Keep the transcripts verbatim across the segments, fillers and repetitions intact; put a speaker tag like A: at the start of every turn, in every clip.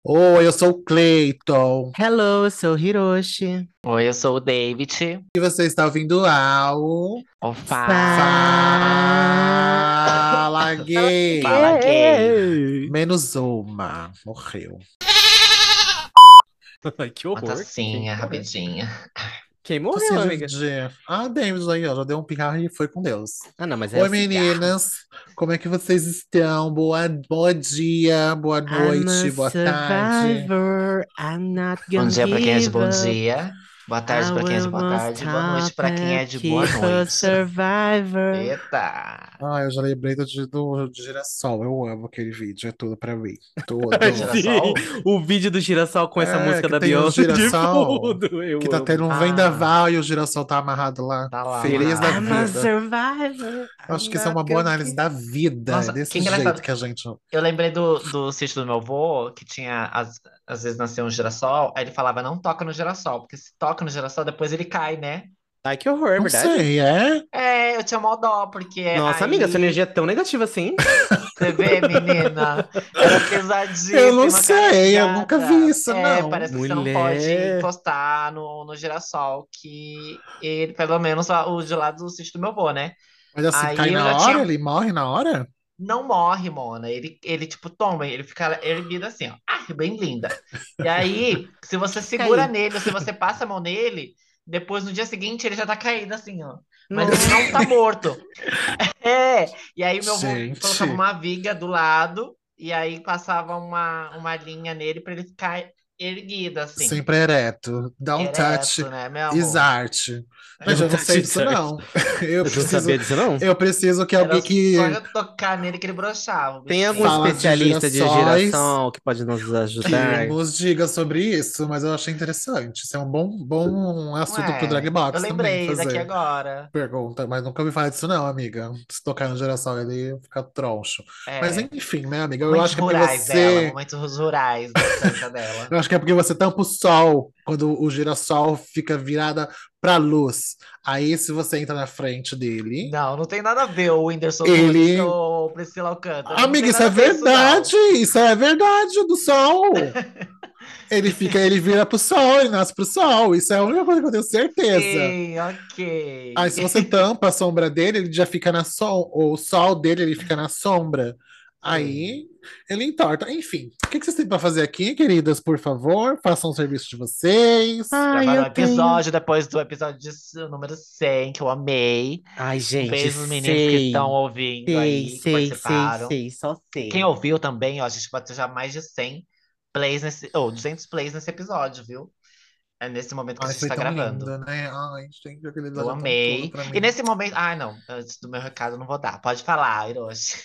A: Oi, eu sou o Cleiton.
B: Hello, eu sou Hiroshi.
C: Oi, eu sou o David.
A: E você está ouvindo ao
C: Opa!
A: Fala Gay.
C: Fala gay.
B: Gay!
A: Menos uma. Morreu.
B: Ai, que
C: Uma
B: horror. Quem,
C: tacinha, rapidinha.
B: quem
A: Tô
B: morreu,
A: assim, de,
B: amiga?
A: de... Ah, David aí, ó. Já deu um picarro e foi com Deus.
B: Ah, não, mas é o
A: Oi,
B: cigarro.
A: meninas. Como é que vocês estão? Boa, bom dia, boa
B: I'm a
A: noite, boa tarde.
B: survivor. I'm not
C: Bom
B: gonna
C: dia pra quem é de
B: give
C: bom
B: up.
C: dia. Boa
B: I
C: tarde pra quem é de
B: will
C: boa
B: not
C: tarde. Boa noite
B: stop
C: pra quem é
B: and
C: de boa
B: keep a
C: noite.
B: survivor.
C: Eita!
A: Ah, eu já lembrei do, de- do, de Girassol. Eu amo aquele vídeo. É tudo pra mim.
C: Do
A: Tudo.
B: Sim,
C: girassol?
B: o vídeo do girassol com essa
A: É,
B: música
A: que
B: da
A: tem o
B: Beyoncé de
A: girassol,
B: fundo.
A: que
B: Eu
A: tá tendo
B: amo.
A: um
C: Ah,
A: vendaval e o girassol tá amarrado lá.
C: tá lá
A: Feliz da
B: I'm
C: amarrado.
B: a
A: vida.
B: survivor.
A: Acho
B: I'm
A: que isso é
B: not
A: uma boa
B: gonna
A: análise
B: give
A: da vida. É
C: Nossa, que
A: desse jeito
C: engraçado.
A: que a gente.
C: Eu lembrei do, do sítio do meu avô, que tinha, às, às vezes nasceu um girassol, aí ele falava, não toca no girassol, porque se toca no girassol, depois ele cai, né?
B: Ai, que horror, é
A: Não
B: verdade?
A: sei, é?
C: É, eu tinha mó dó, porque
B: Nossa, amiga, sua energia
C: aí,
B: é tão negativa assim?
C: você vê, menina, era
A: Eu não
C: pesadíssima,
A: sei, eu nunca vi
C: carregada.
A: isso,
C: É,
A: não.
C: parece que você não pode
B: Mulher.
C: encostar no, no girassol, que ele, pelo menos o de lá do sítio do meu avô, né?
A: Mas assim,
C: Aí
A: cai
C: eu
A: na
C: já
A: hora?
C: tinha.
A: Ele morre na hora?
C: Não morre, Mona. Ele, ele tipo, toma, ele fica erguido assim, ó. Ah, bem linda. E aí, se você segura
B: Caí.
C: nele, ou se você passa a mão nele, depois no dia seguinte ele já tá caído assim, ó. Mas ele não tá
B: Nossa.
C: morto. É. E aí meu avô colocava
A: Gente,
C: uma viga do lado e aí passava uma, uma linha nele pra ele ficar erguido assim.
A: sempre ereto. Don't touch
C: Ereto, né, meu
A: is
C: amor?
A: art. Mas
B: Não
A: eu não
B: tá
A: sei
B: te
A: disso,
B: certo.
A: não. Eu
B: Eu não
A: preciso,
B: sabia disso, não.
A: eu preciso que
C: Era
A: alguém
C: só
A: que
C: eu tocar nele que ele broxava, o
B: Tem algum
C: bichinho.
A: fala de
B: especialista de
A: girassóis
B: girassol que pode nos
A: que
B: ajudar?
A: nos diga sobre isso, mas eu achei interessante. Isso é um bom, bom assunto pro
C: Ué, eu
A: Dragbox também
C: lembrei daqui
A: fazer.
C: agora.
A: Pergunta, mas nunca ouvi falar disso, não, amiga. Se tocar no girassol ele fica troncho. Mas
C: É,
A: enfim, né, amiga? Eu
C: momentos
A: acho que é porque
C: rurais dela,
A: você.
C: momentos rurais da infância dela.
A: Eu acho que é porque você tampa o sol quando o girassol fica virada pra luz. Aí, se você entra na frente dele,
C: Não, não tem nada a ver o Whindersson Nunes
A: ele.
C: ou Priscila Alcântara. Não
A: Amiga,
C: tem
A: isso
C: nada
A: é
C: a ver isso,
A: verdade!
C: não.
A: Isso é verdade do sol! Ele fica, ele vira pro sol, ele nasce pro sol. Isso é a única coisa que eu tenho certeza.
C: Sim,
A: Aí,
C: ok.
A: se você tampa a sombra dele, ele já fica na sol, o sol dele, ele fica na sombra.
C: Sim.
A: Aí, ele entorta. Enfim, o que que vocês têm para fazer aqui, queridas? Por favor, façam o serviço de vocês.
B: Ai,
C: Gravaram
B: eu
C: um
B: tenho.
C: episódio depois do episódio de- número cem que eu amei.
B: Ai,
C: Um
B: gente,
C: beijo, meninos que estão
B: sei.
C: ouvindo
B: Sei,
C: aí, que
B: sei, sei,
C: participaram.
B: sei, só
C: Quem
B: sei.
C: ouviu também, ó, a gente bateu já mais de cem plays nesse, ou duzentos plays nesse episódio, viu? É nesse momento que a
A: Ai,
C: gente
A: foi
C: tá
A: tão
C: gravando.
A: lindo, né? Ai, gente, aquele
C: Eu
A: episódio é tão tudo
C: amei.
A: pra
C: E
A: mim.
C: nesse momento. Ai, não. Antes do meu recado, eu não vou dar. Pode falar, Hiroshi.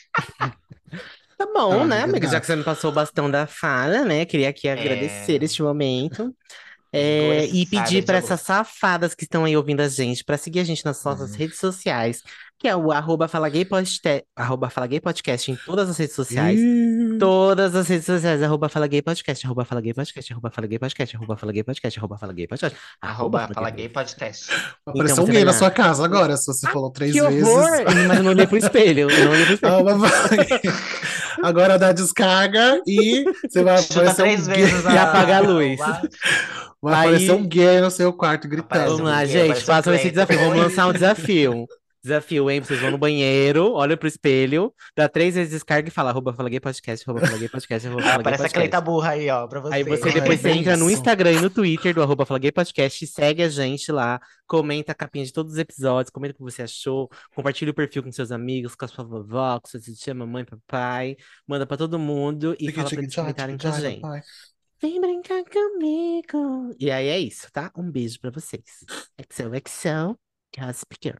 B: Tá bom,
A: Ah,
B: né,
A: amiga,
B: amiga? Já
A: dá.
B: que você me passou o bastão da fala, né? Queria aqui agradecer
C: É.
B: este momento.
C: Figura
B: É, e
C: sabe
B: pedir
C: de
B: para essas
C: luz.
B: safadas que estão aí ouvindo a gente, para seguir a gente nas nossas
A: Hum.
B: redes sociais, que é o arroba Fala Gay Podte- arroba Fala Gay Podcast em todas as redes sociais.
A: Ih,
B: Todas as redes sociais, arroba Fala Gay Podcast, arroba Fala Gay Podcast, arroba Fala Gay Podcast, arroba Fala Gay Podcast, arroba Fala Gay Podcast, arroba
C: Arroba
B: Fala Gay
C: Fala Gay
B: Podcast.
C: Podcast.
B: Então
A: apareceu um
B: você vai
A: gay na
B: lá.
A: sua casa agora, se você
B: Ah,
A: falou três
B: que horror!
A: vezes.
B: Mas eu não olhei pro espelho, eu não olhei pro espelho.
A: Ah, mas vai. Agora dá descarga e você vai
C: Chuta
A: aparecer um
C: três
A: gay.
C: vezes
B: E apaga a
C: a.
B: luz.
C: o-
A: Vai aparecer um
B: Aí,
A: gay no seu quarto
C: Aparece
B: vamos
A: gritando.
C: um
B: lá,
C: gay,
B: gente,
C: aparece um
B: façam esse
C: Cleiton.
B: desafio. Vamos lançar um
C: Oi!
B: desafio. Desafio, hein? Vocês vão no banheiro, olha pro espelho, dá três vezes descarga e fala arroba Fala Gay Podcast, arroba Fala Gay Podcast, arroba
C: Aí
B: Fala Gay
C: aparece a Cleita
B: Podcast.
C: burra aí, ó, pra
B: Aí
C: você.
B: você
A: Ah, é
B: depois você
A: bem
B: entra no
A: isso.
B: Instagram e no Twitter do arroba Fala Gay Podcast, segue a gente lá, comenta a capinha de todos os episódios, comenta o que você achou, compartilha o perfil com seus amigos, com a sua vovó, com sua tia, mamãe, papai, manda pra todo mundo e
A: Tiki,
B: fala pra
A: tiki,
B: eles
A: tchai,
B: comentarem
A: tiki,
B: com a
A: tchai,
B: gente.
A: papai.
B: Vem brincar comigo. E aí é isso, tá? Um beijo pra vocês. X O X O, Gossip Girl.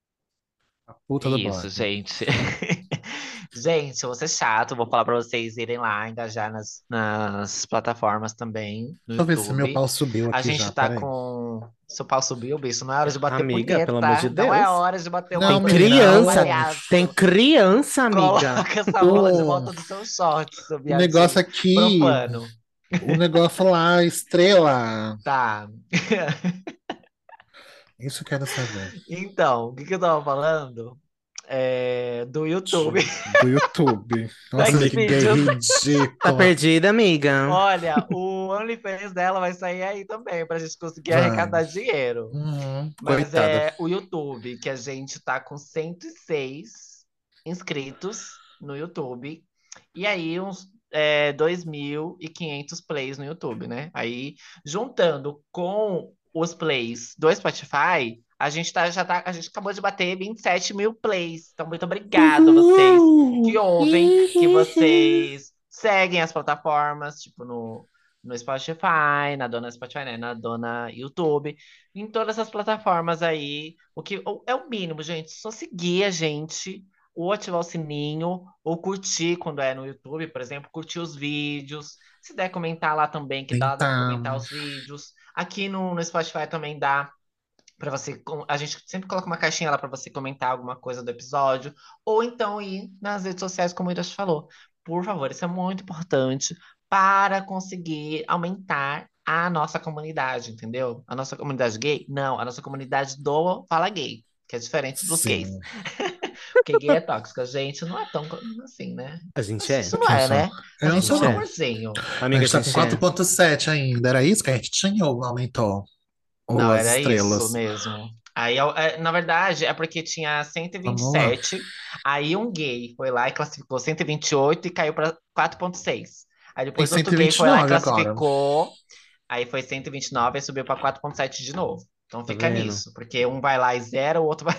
A: A puta do
C: Isso,
A: Borne.
C: gente. Gente, eu vou ser chato, vou falar pra vocês irem lá, engajar nas, nas plataformas também, no
A: Deixa eu ver se meu
C: YouTube.
A: pau subiu
C: A
A: aqui
C: gente
A: já,
C: tá
A: peraí.
C: com. Seu pau subiu, bicho. Não é hora de bater
B: Amiga, pelo amor de
C: punheta. Não é
B: Deus.
C: hora de bater uma
A: Não,
B: Tem
C: punheta,
A: menina,
B: criança,
A: o,
B: tem
C: palhaço.
B: criança, amiga.
C: Coloca essa rola de
A: o,
C: volta do seu shorts, seu
A: o negócio
C: viadinho, por um
A: aqui,
C: pano.
A: o negócio lá, estrela.
C: Tá.
A: Isso eu quero saber.
C: Então, o que que eu tava falando? é, do YouTube.
A: Do YouTube.
C: Do
A: Nossa, que gay
C: Xvideos.
B: Tá
A: ridículo.
B: perdida, amiga?
C: Olha, o OnlyFans dela vai sair aí também, pra gente conseguir
A: Vai.
C: arrecadar dinheiro.
A: Uhum,
C: Mas
A: coitada.
C: é o YouTube, que a gente tá com cento e seis inscritos no YouTube. E aí, uns é, dois mil e quinhentos plays no YouTube, né? Aí, juntando com os plays do Spotify, a gente, tá, já tá, a gente acabou de bater vinte e sete mil plays. Então, muito obrigado a vocês
A: Uhul!
C: que ouvem, que vocês seguem as plataformas, tipo no, no Spotify, na dona Spotify, né? Na dona YouTube, em todas as plataformas aí. O que o- é o mínimo, gente. Só seguir a gente, ou ativar o sininho, ou curtir quando é no YouTube, por exemplo, curtir os vídeos. Se der comentar lá também, que dá, dá para comentar
A: Então,
C: os vídeos. Aqui no, no Spotify também dá para você. com- A gente sempre coloca uma caixinha lá para você comentar alguma coisa do episódio, ou então ir nas redes sociais, como o Ida falou. Por favor, isso é muito importante para conseguir aumentar a nossa comunidade, entendeu? A nossa comunidade gay? Não, a nossa comunidade do Fala Gay, que é diferente dos gays.
A: sim.
C: Porque gay é tóxico, a gente não é tão co- assim, né?
B: A gente
C: Mas
B: é.
C: isso não
A: Eu
C: é,
A: sou.
C: né? A
A: Eu
B: A
A: não
C: gente é
A: sou,
C: um
B: gente é.
A: não.
C: amorzinho.
A: A
B: Amiga, a
A: gente tá com
B: gente é.
A: quatro ponto sete ainda. Era isso que a gente tinha ou aumentou? Ou
C: Não,
A: as
C: era isso
A: estrelas?
C: mesmo. Aí, eu- é, na verdade, é porque tinha cento e e vinte e
A: Vamos lá.
C: sete. Aí um gay foi lá e classificou cento e vinte e oito e caiu para quatro ponto seis. Aí
A: Tem
C: depois outro
A: cento e
C: gay
A: vinte e
C: foi lá e
A: nove agora.
C: classificou. Aí foi cento e vinte e nove e subiu para quatro ponto sete de novo. Então
B: Tá
C: fica
B: vendo?
C: nisso, porque um vai lá e zero, o outro vai,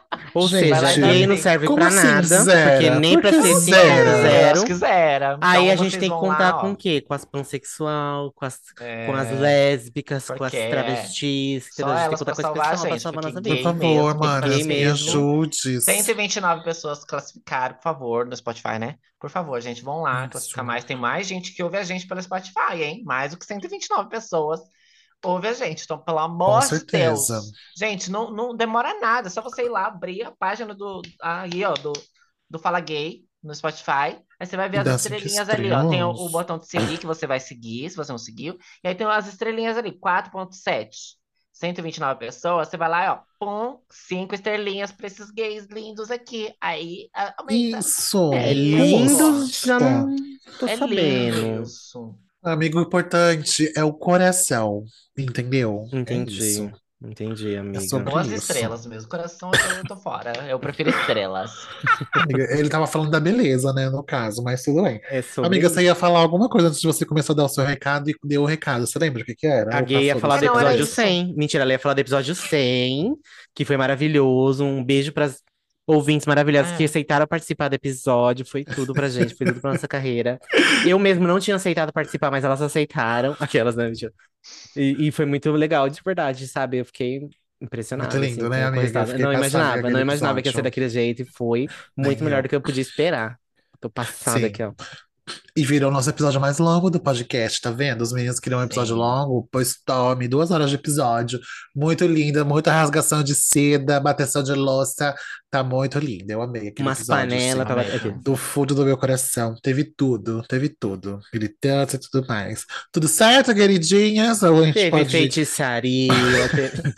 B: Ou
C: vai lá
B: seja,
C: e dá
A: Gente,
B: gay não
C: cinco.
B: serve
A: como
B: pra
A: assim
B: nada, porque
A: zera?
B: nem
A: Por
B: pra
A: que
B: ser cinco ponto
A: zera?
C: É, acho
B: zero
C: que zera.
B: Aí
C: Então
B: a gente
C: vocês
B: tem que
C: vão
B: contar
C: lá,
B: com o
C: ó.
B: quê? Com as pansexual, com as, com as
C: É,
B: lésbicas, com
C: porque
B: as
C: é
B: travestis, entendeu?
C: só
B: A gente tem que
C: elas
B: contar
C: para
B: com esse
C: salvar a
B: pessoal pra
C: gente,
B: salvar a
C: porque
B: nossa
A: Por
B: vida.
C: gay
A: favor,
C: mesmo,
B: Porque
A: manas,
B: gay
A: me
B: mesmo.
C: cento e
A: ajudes.
C: vinte e nove pessoas classificaram, por favor, no Spotify, né? Por favor, gente, vão lá classificar
A: Isso.
C: mais. Tem mais gente que ouve a gente pelo Spotify, hein? Mais do que cento e vinte e nove pessoas ouve a gente. Então, pelo
A: Com
C: amor de
A: certeza.
C: Deus. Gente, não, não demora nada. É só você ir lá, abrir a página do, aí, ó, do, do Fala Gay no Spotify. Aí você vai ver
A: E
C: as
A: dá cinco
C: estrelinhas ali, ó. Tem o, o
A: estrelas.
C: botão de seguir que você vai seguir, se você não seguiu. E aí tem as estrelinhas ali, quatro ponto sete. cento e vinte e nove pessoas, você vai lá, ó, pum, cinco estrelinhas para esses gays lindos aqui. Aí a- aumenta.
B: É
A: Isso.
C: Isso,
B: lindo, já
A: Gosta.
B: não tô
C: é lindo
B: sabendo.
C: isso.
A: Amigo, o importante é o coração, entendeu? É isso.
B: Entendi, entendi,
A: É
B: amiga.
A: sobre
C: Ou as
A: isso.
C: estrelas mesmo. Coração eu tô, eu tô fora. Eu prefiro estrelas.
A: Amiga, ele tava falando da beleza, né, no caso, mas tudo bem.
B: É sobre
A: Amiga, você
B: isso.
A: ia falar alguma coisa antes de você começar a dar o seu recado e deu o recado. Você lembra o que que era?
B: A
A: Ou
B: gay ia
A: passou do
B: falar
C: É,
B: do
A: seu
C: não, era
B: episódio
C: isso.
A: cabeça?
B: cem. Mentira, ela ia falar do episódio cem, que foi maravilhoso. Um beijo pras ouvintes maravilhosos que
C: É.
B: aceitaram participar do episódio. Foi tudo pra gente, foi tudo pra nossa carreira. Eu mesmo não tinha aceitado participar, mas elas aceitaram. Aquelas, né, mentira. E, e foi muito legal, de verdade, sabe? Eu fiquei
A: Muito
B: impressionado, assim,
A: lindo, né,
B: com, com o
A: amiga? Eu
B: resultado. Eu
A: fiquei
B: não
A: passado com
B: imaginava, não
A: aquele
B: imaginava que ia ser
A: episódio.
B: daquele jeito. E foi muito
A: Nem
B: melhor do
A: eu.
B: que eu podia esperar. Tô passada
A: Sim.
B: aqui, ó.
A: E virou o nosso episódio mais longo do podcast, tá vendo? Os meninos queriam um episódio
C: Sim.
A: longo, pois tome, duas horas de episódio. Muito linda, muita rasgação de seda, bateção de louça. Tá muito linda. Eu amei aquele
B: Umas
A: episódio,
B: panelas
A: assim,
B: pra bater. Aqui.
C: Amém.
A: do fundo do meu coração. Teve tudo, teve tudo. Militância e tudo mais. Tudo certo, queridinhas? Ou a gente
B: Teve
A: pode.
B: feitiçaria, teve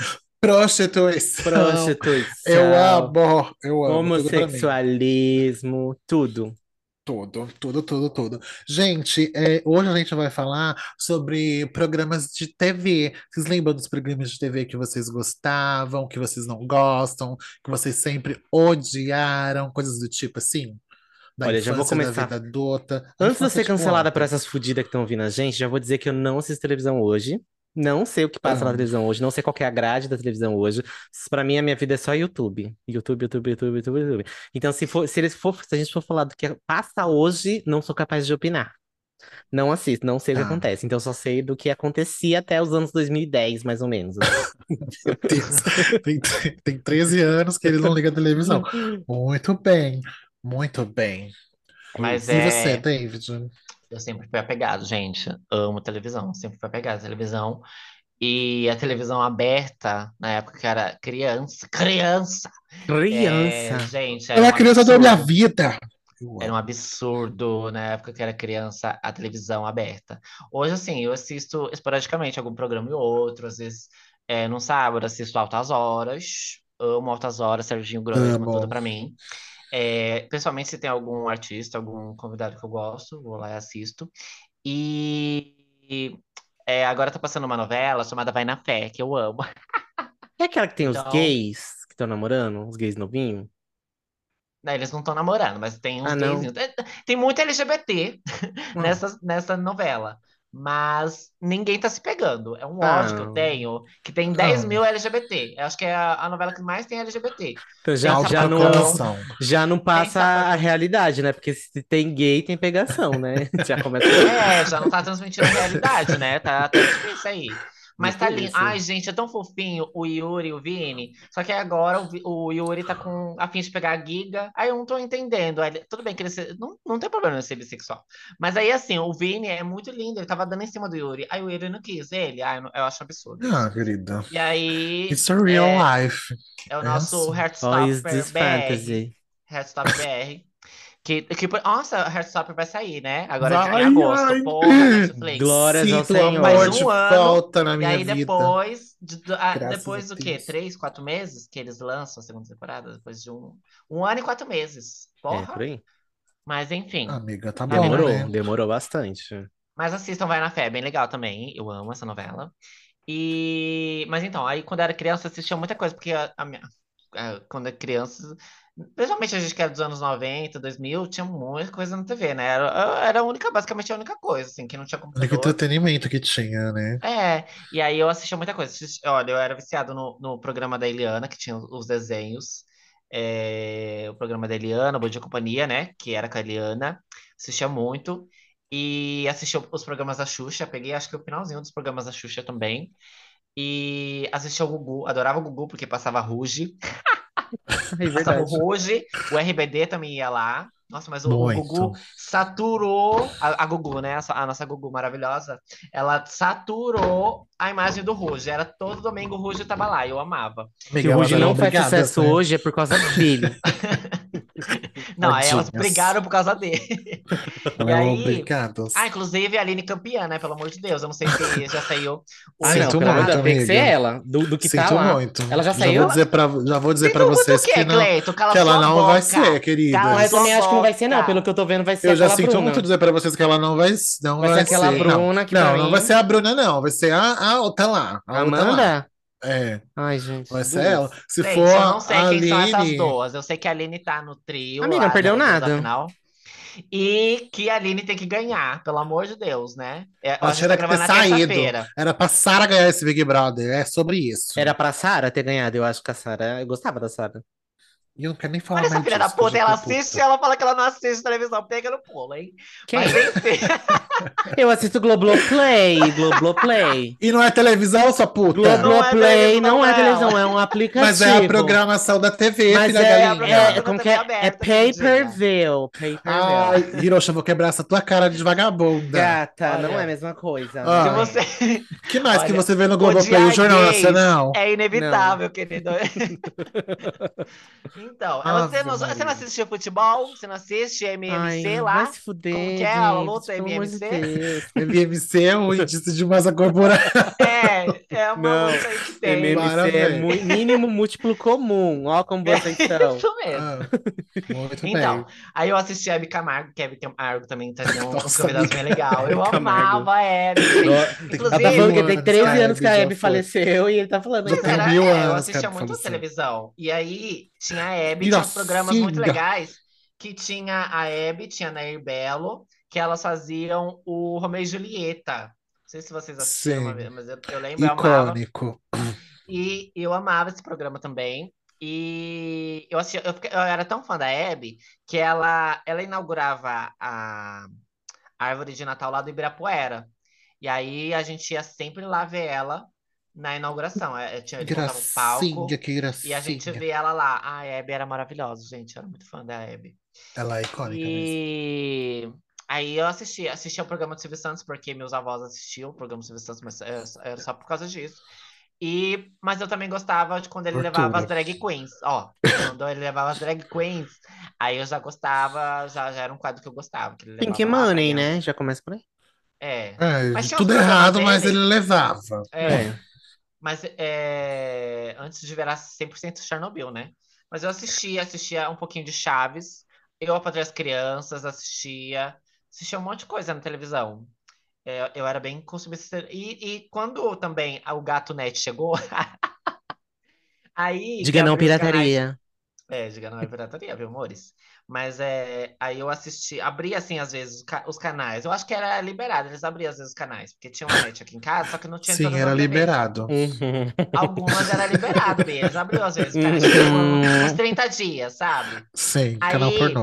A: Prostituição. Eu
B: prostituição,
A: amo, eu amo, tudo pra mim.
B: homossexualismo, tudo.
A: Tudo, tudo, tudo, tudo. Gente, é, hoje a gente vai falar sobre programas de T V. Vocês lembram dos programas de T V que vocês gostavam, que vocês não gostam, que vocês sempre odiaram, coisas do tipo assim? Da
B: Olha, já vou
A: infância, da vida
B: começar.
A: adulta. A
B: Antes de eu
A: infância,
B: ser
A: tipo,
B: cancelada por
A: ontem.
B: essas fudidas que estão ouvindo a gente, já vou dizer que eu não assisto televisão hoje. Não sei o que passa na
A: Ah,
B: televisão hoje, não sei qual que é a grade da televisão hoje. Pra mim, a minha vida é só YouTube. YouTube, YouTube, YouTube, YouTube, YouTube. Então, se for, se eles for, se a gente for falar do que passa hoje, não sou capaz de opinar. Não assisto, não sei o que
A: tá.
B: acontece. Então, eu só sei do que acontecia até os anos dois mil e dez, mais ou menos, assim.
A: Meu Deus. Tem, tem treze anos que ele não liga a televisão. Muito bem, muito bem.
B: É
C: Mas
B: isso.
A: E você,
C: é.
A: David?
C: Eu sempre fui apegado, gente. Amo televisão. Sempre fui apegado à televisão. E a televisão aberta, na época que era criança, criança, é,
B: Criança.
C: gente,
A: Eu
C: era
A: é
C: um
A: a criança da minha
C: absurdo.
A: vida. Eu
C: Era um
A: amo.
C: absurdo na época que era criança a televisão aberta. Hoje, assim, eu assisto esporadicamente algum programa e outro, às vezes é, no sábado assisto Altas Horas, amo Altas Horas, Serginho Groisman, tudo
A: Amo.
C: pra mim. É, principalmente se tem algum artista, algum convidado que eu gosto, vou lá e assisto. E é, agora tá passando uma novela chamada Vai na Fé, que eu amo.
B: É aquela que tem os
C: Então,
B: gays que estão namorando? Os gays novinhos?
C: né, eles não estão namorando, mas tem uns
B: Ah, não.
C: gayzinhos. É, tem muito L G B T
A: Hum.
C: nessa, nessa novela. Mas ninguém tá se pegando. É um ódio que eu
B: Ah,
C: tenho, que tem dez
A: Ah,
C: mil L G B T. Eu acho que é a, a novela que mais tem L G B T.
B: então
C: Tem
B: já, já não,
C: sapatão,
A: autoproclamação.
B: já não
C: tem
B: passa a
C: sapatão.
B: realidade, né? Porque se tem gay, tem pegação, né? Já começa por aí.
C: É, já não tá transmitindo a realidade, né? Tá, tá difícil aí. Mas tá lindo.
B: Difícil.
C: Ai, gente, é tão fofinho o Yuri e o Vini. Só que agora o, Vi- o Yuri tá com a fim de pegar a Giga. Aí eu não tô entendendo. Aí ele- tudo bem que ele se- não, não tem problema ele ser bissexual. Mas aí, assim, o Vini é muito lindo. Ele tava dando em cima do Yuri. Aí o Yuri não quis ele. Ai, eu não- eu acho absurdo isso.
A: Ah, querida.
C: E aí
A: It's a real
C: é,
A: life.
C: é o
A: É
C: nosso
A: assim.
B: Oh, is
C: Heartstopper
B: this
C: B R.
B: fantasy?
C: Heartstopper B R. Que, que, nossa, Heartstopper vai sair, né? Agora de- em
A: Vai,
C: agosto.
A: ai.
C: Porra, Netflix.
B: Glórias ao
A: Sinto o
C: Mais
A: amor
B: Senhor.
A: de
C: um ano,
A: volta na
C: e
A: minha
C: aí
A: vida.
C: depois, de- de- ah,
A: Graças a
C: depois do quê?
A: Deus.
C: Três, quatro meses que eles lançam a segunda temporada? Depois de um, um ano e quatro meses.
B: É, por
C: Porra!
B: aí.
C: Mas enfim,
A: Amiga, tá
C: ali
A: bom,
C: na...
B: Demorou,
A: né?
B: demorou bastante.
C: Mas assistam Vai na Fé, é bem legal também. Eu amo essa novela. E... Mas então, aí quando eu era criança, eu assistia muita coisa, porque a, a minha... a- quando era criança, principalmente a gente que era dos anos noventa, dois mil, tinha muita coisa na T V, né? Era, era a única, basicamente a única coisa, assim, que não tinha
A: O único
C: computador.
A: entretenimento que tinha, né?
C: É, e aí eu assistia muita coisa. Assisti- Olha, eu era viciado no, no programa da Eliana, que tinha os desenhos. É, o programa da Eliana, Bom Dia e Companhia, né? Que era com a Eliana. Assistia muito. E assistia os programas da Xuxa. Peguei, acho que o finalzinho dos programas da Xuxa também. E assistia o Gugu. Adorava o Gugu, porque passava Ruge.
B: É
C: Passava o
B: verdade.
C: Ruge. O R B D também ia lá. Nossa, mas o, o Gugu
A: Muito.
C: saturou. A, a Gugu, né? A, a nossa Gugu maravilhosa. Ela saturou a imagem do Ruge. Era todo domingo o Ruge tava lá. E eu amava.
B: Se
A: Amiga,
B: o
A: elas
B: Ruge
A: eram
B: não faz
A: obrigadas,
B: sucesso
A: né?
B: hoje é por causa dele.
C: Não, aí elas
A: Tadinhas.
C: brigaram por causa dele.
A: Elas
C: E
A: eram
C: aí. Ah,
A: obrigadas.
C: inclusive a Aline campeã, né? Pelo amor de Deus. Eu não sei se já saiu o
B: Ah, não,
A: Sinto
B: pelo amor de
A: muito,
B: Deus,
C: resultado.
B: tem que ser
A: amiga.
B: ela, do, do que tá
A: Sinto
B: lá.
A: muito.
B: Ela já
A: Já vou
B: saiu?
A: dizer para já vou dizer para
C: Sinto muito o
A: vocês
C: quê,
A: que não
C: Cleito? Cala
A: que ela
C: sua
A: não vai ser,
C: boca. Cala
B: Mas eu
A: queridas.
B: também
C: sua
B: acho que não vai ser, não. Pelo
C: boca.
B: que eu tô vendo, vai ser
A: Eu já
B: aquela
A: sinto muito
B: Bruna.
A: dizer para vocês que ela não vai não
B: Vai ser
A: vai
B: aquela
A: ser. Não.
B: Bruna que pra
A: Não, não vai
B: mim.
A: ser a Bruna não, vai ser a, a outra lá, a outra lá.
B: Amanda?
A: É,
B: Ai, gente,
A: vai ser ela.
B: duas.
A: Se for
C: Gente, eu não sei
A: a
C: quem são essas
A: Aline,
C: duas. Eu sei que a Aline tá no trio
B: Amiga, não
C: lá
B: perdeu
C: da, da, da
B: nada.
C: final. E que a Aline tem que ganhar, pelo amor de Deus, né? É, ó, a
A: ela
C: gente
A: tinha
C: tá
A: que ter
C: gravando na
A: saído.
C: terça-feira.
A: Era pra Sarah ganhar esse Big Brother. É sobre isso.
B: Era pra Sarah ter ganhado. Eu acho que a Sarah. Eu gostava da Sarah.
A: E eu não quero nem falar
C: Olha essa
A: mais
C: filha da
A: disso, que eu
C: puta,
A: já
C: ela
A: tô
C: assiste e
A: puta.
C: ela fala que ela não assiste televisão. Pega no pulo, hein? Mas
B: Quem?
C: enfim.
B: Eu assisto Globoplay. Globoplay.
A: E não é televisão, sua puta?
C: Não é
B: Globoplay
C: televisão
B: não é
C: dela.
B: televisão, é um
A: Mas é a
B: aplicativo.
A: programação da T V,
B: Mas
A: filha
B: é,
C: É a
B: é,
A: galinha.
C: programação da
B: como que
C: T V
B: é? É
C: aberta,
B: pay per
C: queridinha.
B: view. Pay per view.
A: Ai, Hiroshi, eu vou quebrar essa tua cara de vagabunda.
B: Gata, não é a
C: Olha,
B: mesma coisa,
C: se
A: Ah,
B: né?
C: você.
A: que mais que
C: Olha,
A: você vê no Globoplay? O
C: odiar
A: Jornal
C: gays
A: Nacional?
C: é
B: Não.
C: inevitável, querido. Então, ela- você
A: Ave
C: não, você não
A: Maria.
C: assiste futebol? Você não assiste M M C
B: Ai, vai
C: lá?
B: se
C: Como que
B: fuder,
C: é a
B: David,
C: luta
B: pelo amor de
C: M M C?
B: Deus.
A: M M C é um índice de massa corporal.
C: É, é uma
B: Não,
C: luta aí que tem.
B: M M C
A: Para,
B: é
A: velho.
B: mui- mínimo múltiplo comum. Ó como
C: É
B: vocês são.
C: isso mesmo.
A: Ah, muito
C: Então,
A: bem.
C: aí eu assisti a Hebe Camargo, que a Hebe Camargo também trazia um- uns
A: Nossa,
C: convidados
A: amiga.
C: bem legais. Eu
B: Hebe Camargo.
C: amava a Hebe, gente.
B: No-
A: Tem
B: Ela tá falando
C: Inclusive,
A: mil
B: que tem
A: anos que
B: treze
A: a
B: anos que
A: Hebe
B: a
A: já
B: Hebe
A: foi.
B: faleceu e ele tá falando
A: Já
C: mas
B: ainda.
A: tem
C: era,
A: mil
C: é, eu
A: anos que a
C: assistia
A: Hebe
C: muito
A: faleceu.
C: televisão. E aí tinha a Hebe, tinha uns programas muito
A: Gracinha.
C: legais, que tinha a Hebe, tinha a Nair Belo, que elas faziam o Romeu e Julieta. Não sei se vocês assistiram uma vez,
A: Sim.
C: mas eu, eu lembro, eu amava.
A: Icônico.
C: E eu amava esse programa também. E eu, assistia, eu, fiquei- eu era tão fã da Hebe que ela, ela inaugurava a árvore de Natal lá do Ibirapuera. E aí a gente ia sempre lá ver ela na inauguração. É, é, tinha- Eles montavam um
A: Gracinha,
C: palco
A: que
C: e a gente
A: gracinha.
C: via ela lá. A Hebe era maravilhosa, gente. Eu era muito fã da Hebe.
A: Ela é icônica mesmo.
C: E aí eu assisti, assisti ao programa do Silvio Santos, porque meus avós assistiam o programa do Silvio Santos, mas era, era só por causa disso. E, mas eu também gostava de quando ele levava as
A: Tortura.
C: drag queens. Ó, quando ele levava as drag queens, aí eu já gostava, já, já era um quadro que eu gostava, que ele
B: Pink
C: levava lá,
B: Money,
C: fazia.
B: né? Já começa por aí.
C: É.
A: É,
C: Mas tinha uns
A: tudo
C: programas
A: errado, mas ele
C: dele.
A: levava.
C: É.
B: É.
C: Mas é, antes de virar cem por cento Chernobyl, né? Mas eu assistia, assistia um pouquinho de Chaves. Eu, a Patroa e as Crianças, assistia. Assistia um monte de coisa na televisão. É, eu era bem consumista. E, e quando também o Gato Net chegou, aí que
B: Diga não,
C: abriu os canais.
B: pirataria.
C: É, diga não é pirataria, viu, amores? Mas é, aí eu assisti, abri assim, às vezes, os ca- os canais. Eu acho que era liberado, eles abriam às vezes os canais, porque tinha uma net aqui em casa, só que não tinha em
A: Sim,
C: todas
A: era
C: as T Vs.
A: liberado.
B: Uhum.
C: Algumas era liberado mesmo, eles abriam às vezes o canal, tipo, um- uns
B: Uhum.
C: trinta dias, sabe?
A: Sim, canal
C: Aí,
A: pornô.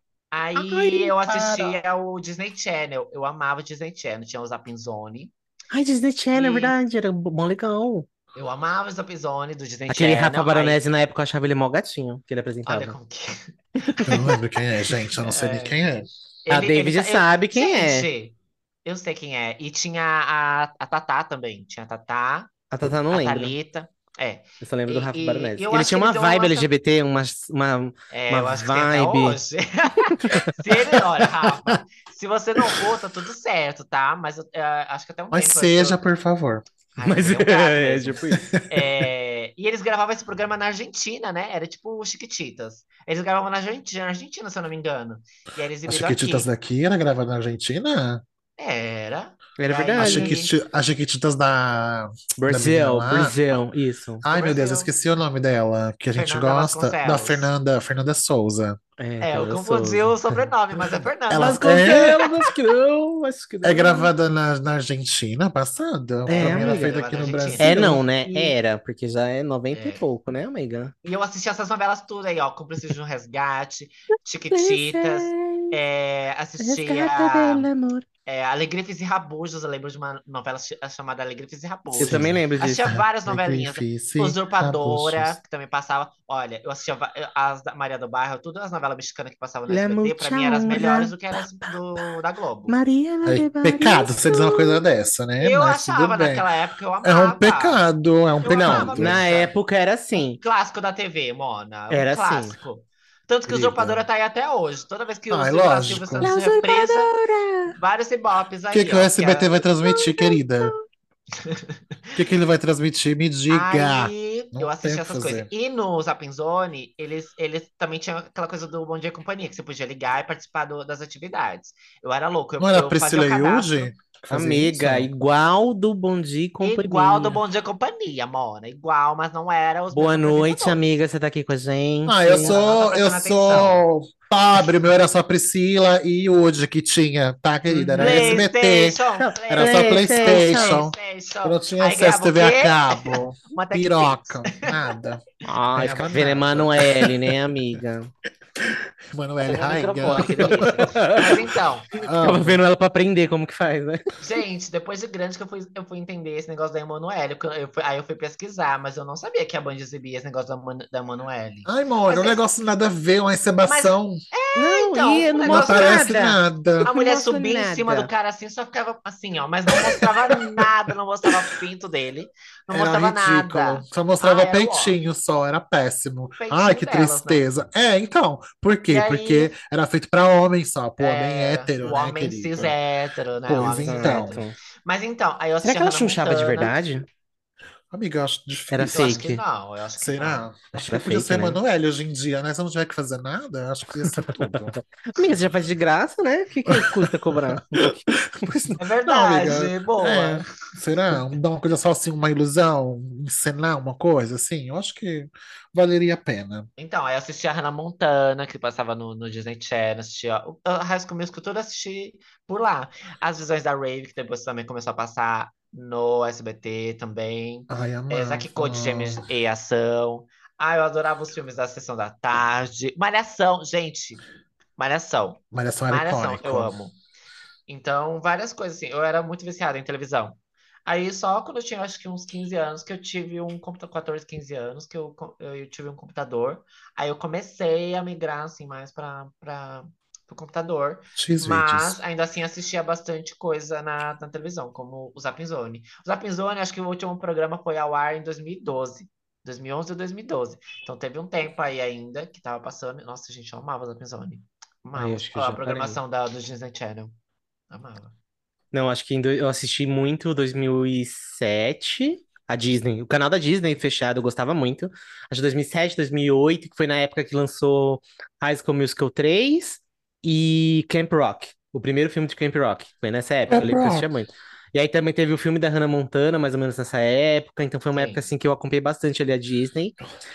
C: aí
B: Ai,
C: eu
B: para.
C: assistia o Disney Channel, eu amava o Disney Channel, tinha o Zapinzone,
B: Ai, Disney Channel, é
C: e
B: verdade, era bom legal.
C: eu amava o Zapinzone do Disney
B: Aquele Rafa
C: Channel, aí,
B: Baronese, na época, eu achava ele mó gatinho, que ele
C: olha
B: apresentava.
C: como que...
A: Eu não lembro quem é, gente. Eu não sei nem quem é.
B: A
C: Ele, ele,
B: David
C: tá- ele-
B: sabe quem é.
C: gente, eu sei quem é. E tinha a, a Tatá também. Tinha a Tatá,
B: A Tata não
C: a
B: lembro.
C: Thalita. É.
B: Eu só lembro do Rafa
C: E, e
B: Baronese.
C: eu
B: Ele
C: acho que
B: tinha
C: ele
B: uma
C: deu uma
B: vibe
C: lança.
B: L G B T, uma, uma,
C: É,
B: uma
C: eu acho que tem até
B: vibe.
C: hoje. Se ele, olha, Rafa, se você não for, tá tudo certo, tá? Mas eu, é, acho que até um
A: Mas
C: tempo antes
A: seja,
C: eu.
A: por favor.
C: Ai, mas
B: Mas
C: ele é um gato
B: é, é
C: mesmo.
B: tipo isso.
C: É, e eles gravavam esse programa na Argentina, né? Era tipo o Chiquititas. Eles gravavam na Argentina, na Argentina, se eu não me engano. E aí eles
A: As
C: exibiram
A: Chiquititas
C: aqui.
A: daqui era gravada na Argentina?
C: Era. E
B: Era
A: As
B: verdade.
C: aí.
A: Chiquiti- as Chiquititas da, da menina
B: Brasil,
A: lá.
B: Brasil, isso.
C: Do
A: Ai, meu Deus, eu
C: Brasil.
A: esqueci o nome dela, que a gente
C: Fernanda
A: gosta. Da
C: Vasconcelos.
A: Fernanda, Fernanda Souza.
B: É,
C: É, eu
B: Fernanda
C: confundi
B: Souza.
C: o sobrenome, mas é Fernanda.
A: Ela é,
B: Vasconcelos, acho que não, acho que
A: é
B: não.
A: gravada na, na Argentina passada. Pra
B: É,
A: mim era
C: É,
B: amiga.
A: feita
C: gravada
A: aqui
C: na
A: no
C: Argentina.
B: É
A: Brasil.
B: não, né?
C: E,
B: Era, porque já é noventa e
C: é,
B: pouco, né, amiga?
C: e eu assisti essas novelas tudo aí, ó. Cúmplices de um Resgate, Chiquititas,
B: Princesa,
C: é,
B: resgata
C: assistia
B: del amor.
C: é, Alegrifes e Rabujos. Eu lembro de uma novela chi- chamada Alegrifes e
B: Eu também
A: Sim.
C: Rabujos.
B: lembro
C: Assistia
B: disso.
C: várias
A: De
C: novelinhas.
A: Grifice,
C: Usurpadora,
A: Rabuxos.
C: que também passava. Olha, eu assistia va- as da Maria do Bairro, todas as novelas mexicanas que passavam no
B: La
C: S B T, pra
B: mucha
C: mim eram as melhores
B: honra.
C: do que
B: Pa,
C: eras
B: pa, pa.
C: do, da Globo.
B: Maria la
A: É
B: de
A: pecado você dizer uma coisa
B: Baristo.
A: dessa, né?
C: Eu
A: Mas tudo
C: achava
A: bem.
C: naquela época, eu
A: É um
C: amava.
A: pecado, é um
C: Eu
B: Não,
C: amava,
A: pecado.
B: na
C: bicha.
B: época era
C: Um
B: assim.
C: clássico da T V, Mona. Um
B: Era assim.
C: clássico. Tanto que o
A: Querida.
C: Usurpadora tá aí até hoje. Toda vez que o
A: Ai,
C: Silvio, a Silvia
A: lógico.
B: La
C: Santos reprisa,
B: usurpadora.
C: vários ibopes
A: O que
C: aí,
A: que o
C: ó. Que
A: S B T
C: é...
A: vai transmitir, querida? O que que ele vai transmitir? Me diga.
C: Aí eu
A: Não tem
C: assisti
A: o que
C: essas coisas.
A: fazer.
C: E no Zapinzone, eles, eles também tinham aquela coisa do Bom Dia e Companhia, que você podia ligar e participar do- das atividades. Eu era louco, eu,
A: Não era a
C: eu fazia o
A: Priscila
C: cadastro
A: Yudi que fazia
B: Amiga,
A: isso?
B: igual do Bom Dia e
C: igual do
B: Companhia.
C: Bom Dia e Companhia, Mona. Igual, mas não era os mesmos
B: Boa noite,
C: apresentadores.
B: amiga. Você tá aqui com a
A: Ah,
B: gente?
A: eu
C: Mona, não tá
A: sou, eu
C: prestando atenção.
A: sou pobre, o meu era só Priscila e Yudi que tinha, tá, querida? Era
B: Uhum.
A: S B T,
C: PlayStation,
B: Não,
A: era só
C: PlayStation,
B: PlayStation.
A: PlayStation. Eu
C: PlayStation.
A: não tinha
C: Aí
A: acesso
C: ganhava o
A: T V a
C: quê?
A: cabo,
C: Uma TechPix.
A: piroca, nada.
B: Ai,
A: Ganhava
B: ficava vendo
A: nada.
B: Emanuele, né, amiga?
A: Manoel
C: Toma o
A: Rainha.
C: microfone, que delícia. Mas então,
B: Ficava
A: Amo.
B: vendo ela pra aprender como que faz, né?
C: gente, depois de grande que eu fui, eu fui entender esse negócio da Emanuele. Eu, eu fui- aí eu fui pesquisar, mas eu não sabia que a Band exibia esse negócio da, Manu- da Emanuele.
A: Ai, Mônica,
C: Mas,
A: um
C: é-
A: negócio nada a ver, uma
C: mas
A: encebação.
C: é,
B: Não,
C: então,
B: e
C: o
B: não
A: Não
C: negócio
B: mostra
C: era
A: aparece
B: nada.
A: nada.
C: a
B: Não
C: mulher
B: mostra
C: subia em cima do
B: nada.
C: cara assim, só ficava assim, ó, mas não mostrava nada, não mostrava pinto dele, não
A: Era
C: mostrava
A: ridículo.
C: nada.
A: Só
C: Ah,
A: mostrava
C: era o ó,
A: peitinho só, era péssimo. Ai,
C: peitinho
A: que
C: delas, né?
A: tristeza. É, então, por
C: E
A: quê?
C: aí,
A: Porque era feito pra homem só, pro homem
C: é,
A: hétero,
C: o
A: né,
C: homem cis
A: querido?
C: hétero, né? O
A: Pois
C: homem cis
A: então.
C: hétero.
B: Exato.
C: Mas então, aí eu
B: Será
C: assisti a
B: que ela
C: Hannah
B: chunchava de
C: Montana.
B: verdade?
A: Amiga, eu acho
B: Era
C: Eu
A: difícil.
C: acho que
B: fake?
C: não, eu acho que não.
A: Será?
B: Acho
A: Acho
B: que
A: que
B: era
A: podia
B: fake,
A: ser
B: né?
A: Manoel hoje em dia, né? Se eu não tiver que fazer nada, acho que ia ser tudo.
B: Amiga, você já faz de graça, né? O que que custa cobrar um pouquinho?
A: Pois não,
C: É
A: não, amiga.
C: verdade, boa.
A: É, será? Dar uma coisa só assim, uma ilusão, encenar uma coisa assim, eu acho que valeria a pena.
C: Então, aí eu assisti a Hannah Montana, que passava no, no Disney Channel, assisti a, a High School Musical, tudo assisti por lá. As Visões da Rave, que depois também começou a passar no S B T também.
A: Ai,
C: É, Zack e Cody
A: amava.
C: Gêmeos e Ação. Ah, eu adorava os filmes da Sessão da Tarde. Malhação, gente, Malhação.
A: Malhação era
C: Malhação, eu
A: icônico.
C: amo. Então, várias coisas assim. Eu era muito viciado em televisão. Aí, só quando eu tinha, acho que uns quinze anos, que eu tive um computador, quatorze, quinze anos, que eu, co- eu tive um computador. Aí eu comecei a migrar, assim, mais para para o computador. Mas,
A: X-Vídeos.
C: ainda assim, assistia bastante coisa na, na televisão, como o Zapinzone. O Zapinzone, acho que o último programa foi ao ar em dois mil e doze. dois mil e onze ou dois mil e doze. Então, teve um tempo aí ainda que tava passando. Nossa, gente, eu amava o Zapinzone.
B: Ai,
C: Amava
B: acho que eu
C: a
B: já parei.
C: programação da, do Disney Channel. Amava.
B: Não, acho que em do- eu assisti muito dois mil e sete A Disney. O canal da Disney fechado, eu gostava muito. Acho que dois mil e sete, dois mil e oito, que foi na época que lançou High School Musical três e Camp Rock. O primeiro filme de Camp Rock. Foi nessa época,
A: É
B: eu lembro que eu assistia
A: Brock.
B: muito. E aí também teve o filme da Hannah Montana, mais ou menos nessa época. Então foi uma época
C: Sim.
B: assim que eu acompanhei bastante ali a Disney.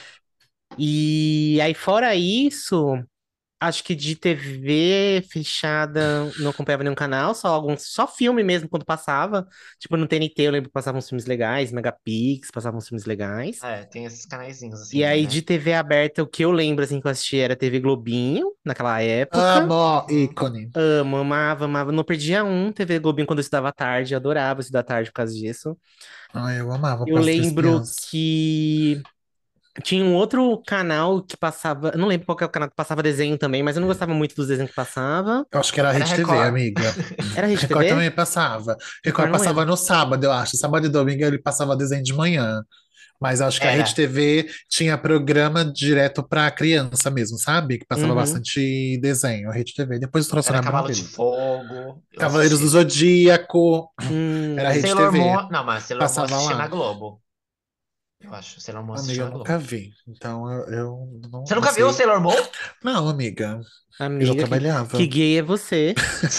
B: E aí, fora isso, acho que de T V fechada, não acompanhava nenhum canal, só alguns, só filme mesmo quando passava. Tipo, no T N T eu lembro que passavam uns filmes legais, Megapix, passavam uns filmes legais.
C: É, tem esses canaizinhos
B: E
C: assim,
B: aí
C: né?
B: de T V aberta, o que eu lembro assim que eu assisti era T V Globinho, naquela época.
A: Amo,
C: Uhum.
A: ícone.
B: Amo, amava, amava. Não perdia um T V Globinho quando eu estudava à tarde, eu adorava estudar à tarde por causa disso.
A: Ai, eu amava
B: Eu
A: para as três
B: lembro
A: crianças.
B: que tinha um outro canal que passava. Eu não lembro qual que é o canal que passava desenho também, mas eu não gostava muito dos desenhos que passava.
A: Eu acho que era a
C: Era
A: Rede T V,
C: Record.
A: amiga.
B: Era Rede
A: Record
B: T V?
A: também passava.
B: Record
A: Record
B: não
A: passava
B: lembro.
A: no sábado, eu acho. Sábado e domingo ele passava desenho de manhã. Mas eu acho que a Rede
C: Era.
A: T V tinha programa direto pra criança mesmo, sabe? Que passava
B: Uhum.
A: bastante desenho. A Rede T V. Depois trouxe
C: Era
A: na
C: Cavalo de
A: Abril.
C: Fogo. Eu
A: Cavaleiros do
C: assisti.
A: Zodíaco. Era a
B: Hum.
A: Rede
C: Sailor
A: T V.
C: Moon. Não, mas Sailor Moon eu
A: Passava
C: assisti na
A: lá.
C: Globo. Eu acho. Sailor Moon eu assisti
A: Amiga, eu
C: na
A: nunca
C: Globo.
A: vi. Então eu, eu não,
C: Você
A: não
C: nunca viu o
A: sei.
C: Sailor Moon?
A: Não, amiga. Eu já
B: Amiga, que, que
A: trabalhava.
B: gay é você?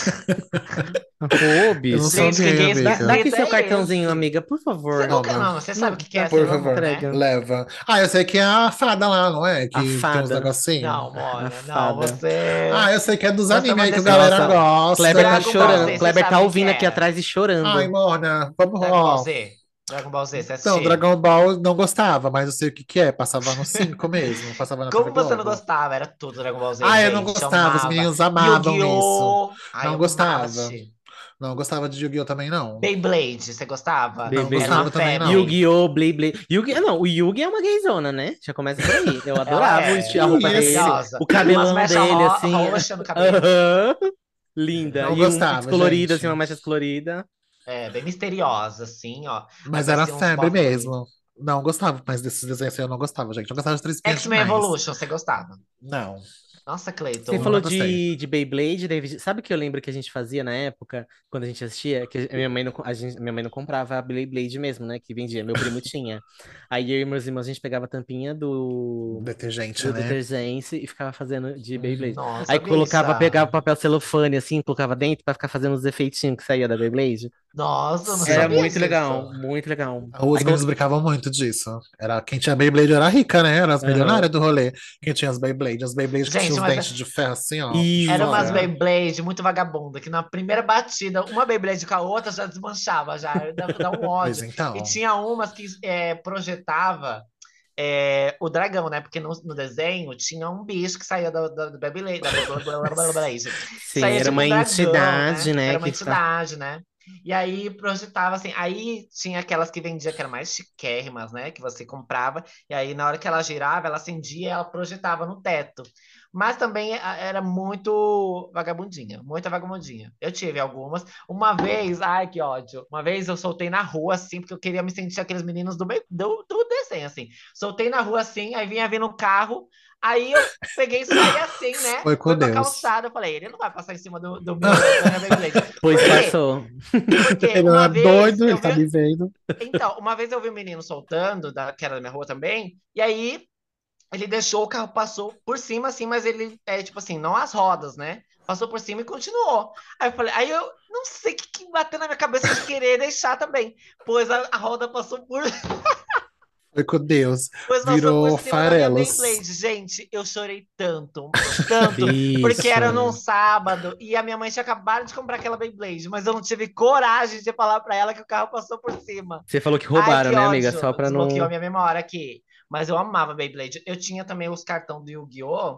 A: Eu não
B: Roubes.
A: sou
C: Gente, que
A: gay,
C: gay
B: Dá, dá
A: amiga.
B: aqui
C: espírita
B: seu
C: é
B: cartãozinho,
C: esse?
B: amiga, por
C: Você
B: favor.
C: nunca.
A: Toma.
C: Não, você sabe o
B: Não,
C: que que é
A: Por
C: Sailor Moon,
A: favor,
C: né?
B: entrega.
A: leva. Ah, eu sei que é a fada lá, não é?
B: A
A: Que tem uns
B: fada.
A: negocinhos.
C: Não,
B: A
C: Mona, não.
B: fada.
C: Você.
A: Ah, eu sei que é dos
C: Você é
A: animes
C: uma
A: aí que a galera
B: Nossa,
C: decepção.
B: Kleber tá
A: gosta.
C: Dragon Ball Z,
B: chorando.
A: Então.
C: você
B: Kleber
C: sabe
B: tá
C: o que que
B: ouvindo aqui
C: é?
B: atrás e
A: Ai,
B: chorando.
A: Mona, vamos.
C: Dragon Ball
A: Ó.
C: Z. Dragon Ball Z, você
A: Então,
C: assistia?
A: Dragon Ball eu não gostava, mas eu sei o que que é. Passava no cinco mesmo, passava na T V
C: Como você não
A: Globo.
C: gostava? Era tudo Dragon Ball Z,
A: Ah, eu não
C: gente. Eu
A: gostava, os
C: amava.
A: meninos amavam isso.
C: Yu-Gi-Oh! Ai,
A: Não
C: eu amava
A: gostava.
C: assistir.
A: Não gostava de Yu-Gi-Oh! Também, não.
C: Beyblade, você gostava?
A: Não
B: Beyblade.
C: Era uma
A: gostava também, não.
C: febre.
B: Yu-Gi-Oh! Beyblade. Yu-Gi... ah, não, o Yugi é uma gayzona, né? Já começa por aí. Eu
C: Ela
B: adorava o esti-
C: é,
B: a
C: ela é
B: roupa dele,
A: Isso.
C: maravilhosa.
B: o
C: Umas
B: cabelão
C: mechas
B: dele,
C: ro
B: assim.
C: roxa no cabelo.
B: Aham. Linda.
A: Não
B: E um pix
A: gostava,
B: colorido, assim,
A: gente.
B: uma mecha colorida.
C: É, bem misteriosa, assim, ó. Aí
A: Mas era
C: parecia uns
A: febre
C: pop bonitos.
A: mesmo. Não gostava, mas desses desenhos aí eu não gostava, gente. Eu gostava de Três Espinhas
C: X-Men
A: demais.
C: Evolution, você gostava?
A: Não,
C: Nossa,
B: Você
C: Cleiton.
B: falou
A: nunca gostei.
B: de, de Beyblade, David. Sabe o que eu lembro que a gente fazia na época, quando a gente assistia? Que a minha mãe não, a gente, minha mãe não comprava a Beyblade mesmo, né? Que vendia, meu primo tinha. Aí eu e meus irmãos, a gente pegava a tampinha do,
A: Detergente,
B: do
A: né?
B: detergente e ficava fazendo de Beyblade.
C: Nossa,
B: Aí colocava,
C: bicha.
B: pegava papel celofane, assim, colocava dentro pra ficar fazendo os efeitinhos que saía da Beyblade.
C: Nossa, eu não
B: Era
A: Sim.
C: sabia
B: muito
C: disso.
B: legal, muito legal.
A: Os
B: Aí
A: meninos
B: colo...
A: brincavam muito disso. Era, quem tinha Beyblade era rica, né? Era as
B: Aham.
A: milionárias do rolê. Quem tinha as Beyblade. As Beyblade que tinham
C: Gente,
A: os
C: mas
A: dentes de ferro assim, ó, de
C: era umas
A: fora.
B: Isso.
C: Beyblade muito vagabunda, que na primeira batida, uma Beyblade com a outra já desmanchava, já dava, dava um
A: Pois
C: ódio. E
A: então.
C: tinha umas que é, projetava é, o dragão, né? Porque no, no desenho tinha um bicho que saía da, da, da Beyblade, da Beyblade.
B: Sim,
C: Saía
B: era
C: tipo
B: uma
C: um dragão,
B: entidade,
C: né?
B: né,
C: Era uma
B: que ficava...
C: entidade, né? E aí projetava assim, aí tinha aquelas que vendia que eram mais chiquérrimas, né? Que você comprava, e aí na hora que ela girava, ela acendia e ela projetava no teto. Mas também a- era muito vagabundinha, muita vagabundinha. Eu tive algumas. Uma vez, ai que ódio. Uma vez eu soltei na rua assim, porque eu queria me sentir aqueles meninos do, meio- do, do desenho, assim. Soltei na rua assim, aí vinha vindo um carro. Aí eu peguei e saí assim, né?
A: Foi com
C: Foi pra
A: Deus.
C: calçada. Eu falei, ele não vai passar em cima do, do meu, da minha Beyblade. Por
B: Pois
C: quê?
B: passou.
C: Porque
A: Ele não
C: uma
A: é
C: vez
A: doido,
C: eu
A: ele
C: vi.
A: tá me vendo.
C: Então, uma vez eu vi um menino soltando, da, que era da minha rua também, e aí ele deixou, o carro passou por cima, assim, mas ele, é tipo assim, não as rodas, né? Passou por cima e continuou. Aí eu falei, aí eu não sei o que, que bateu na minha cabeça de querer deixar também. Pois a, a roda passou por,
A: Foi com Deus.
C: pois passou por
A: Virou
C: cima da minha
A: farelos.
C: Beyblade. Gente, eu chorei tanto, tanto, porque
B: Bicho.
C: era num sábado e a minha mãe tinha acabado de comprar aquela Beyblade, mas eu não tive coragem de falar pra ela que o carro passou por cima.
B: Você falou que
C: Ai,
B: roubaram,
C: que
B: né, amiga?
C: ódio.
B: Só pra
C: Desbloqueou a
B: não.
C: minha memória aqui. Mas eu amava Beyblade. Eu tinha também os cartão do Yu-Gi-Oh!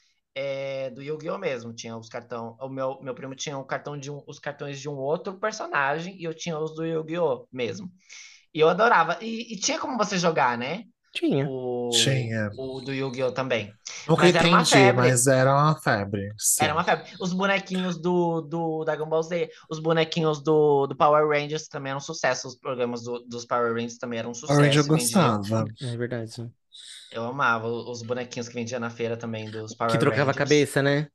C: É, do Yu-Gi-Oh! Mesmo. Tinha os cartão. O meu, meu primo tinha o cartão de um, os cartões de um outro personagem e eu tinha os do Yu-Gi-Oh! Mesmo. E eu adorava. E, e tinha como você jogar, né?
B: Tinha.
C: O,
A: Tinha.
C: o do Yu-Gi-Oh! Também.
A: Nunca
C: Mas era uma
A: entendi,
C: febre.
A: mas era uma febre.
C: Era
A: Sim.
C: uma febre. Os bonequinhos do, do Dragon Ball Z, os bonequinhos do, do Power Rangers também eram um sucesso. Os programas do- dos Power Rangers também eram um
A: Orange eu
C: sucesso e vendia.
A: gostava.
B: É verdade.
C: Eu amava os bonequinhos que vendia na feira também dos
B: Que
C: Power
B: trocava a
C: Rangers.
B: cabeça, né?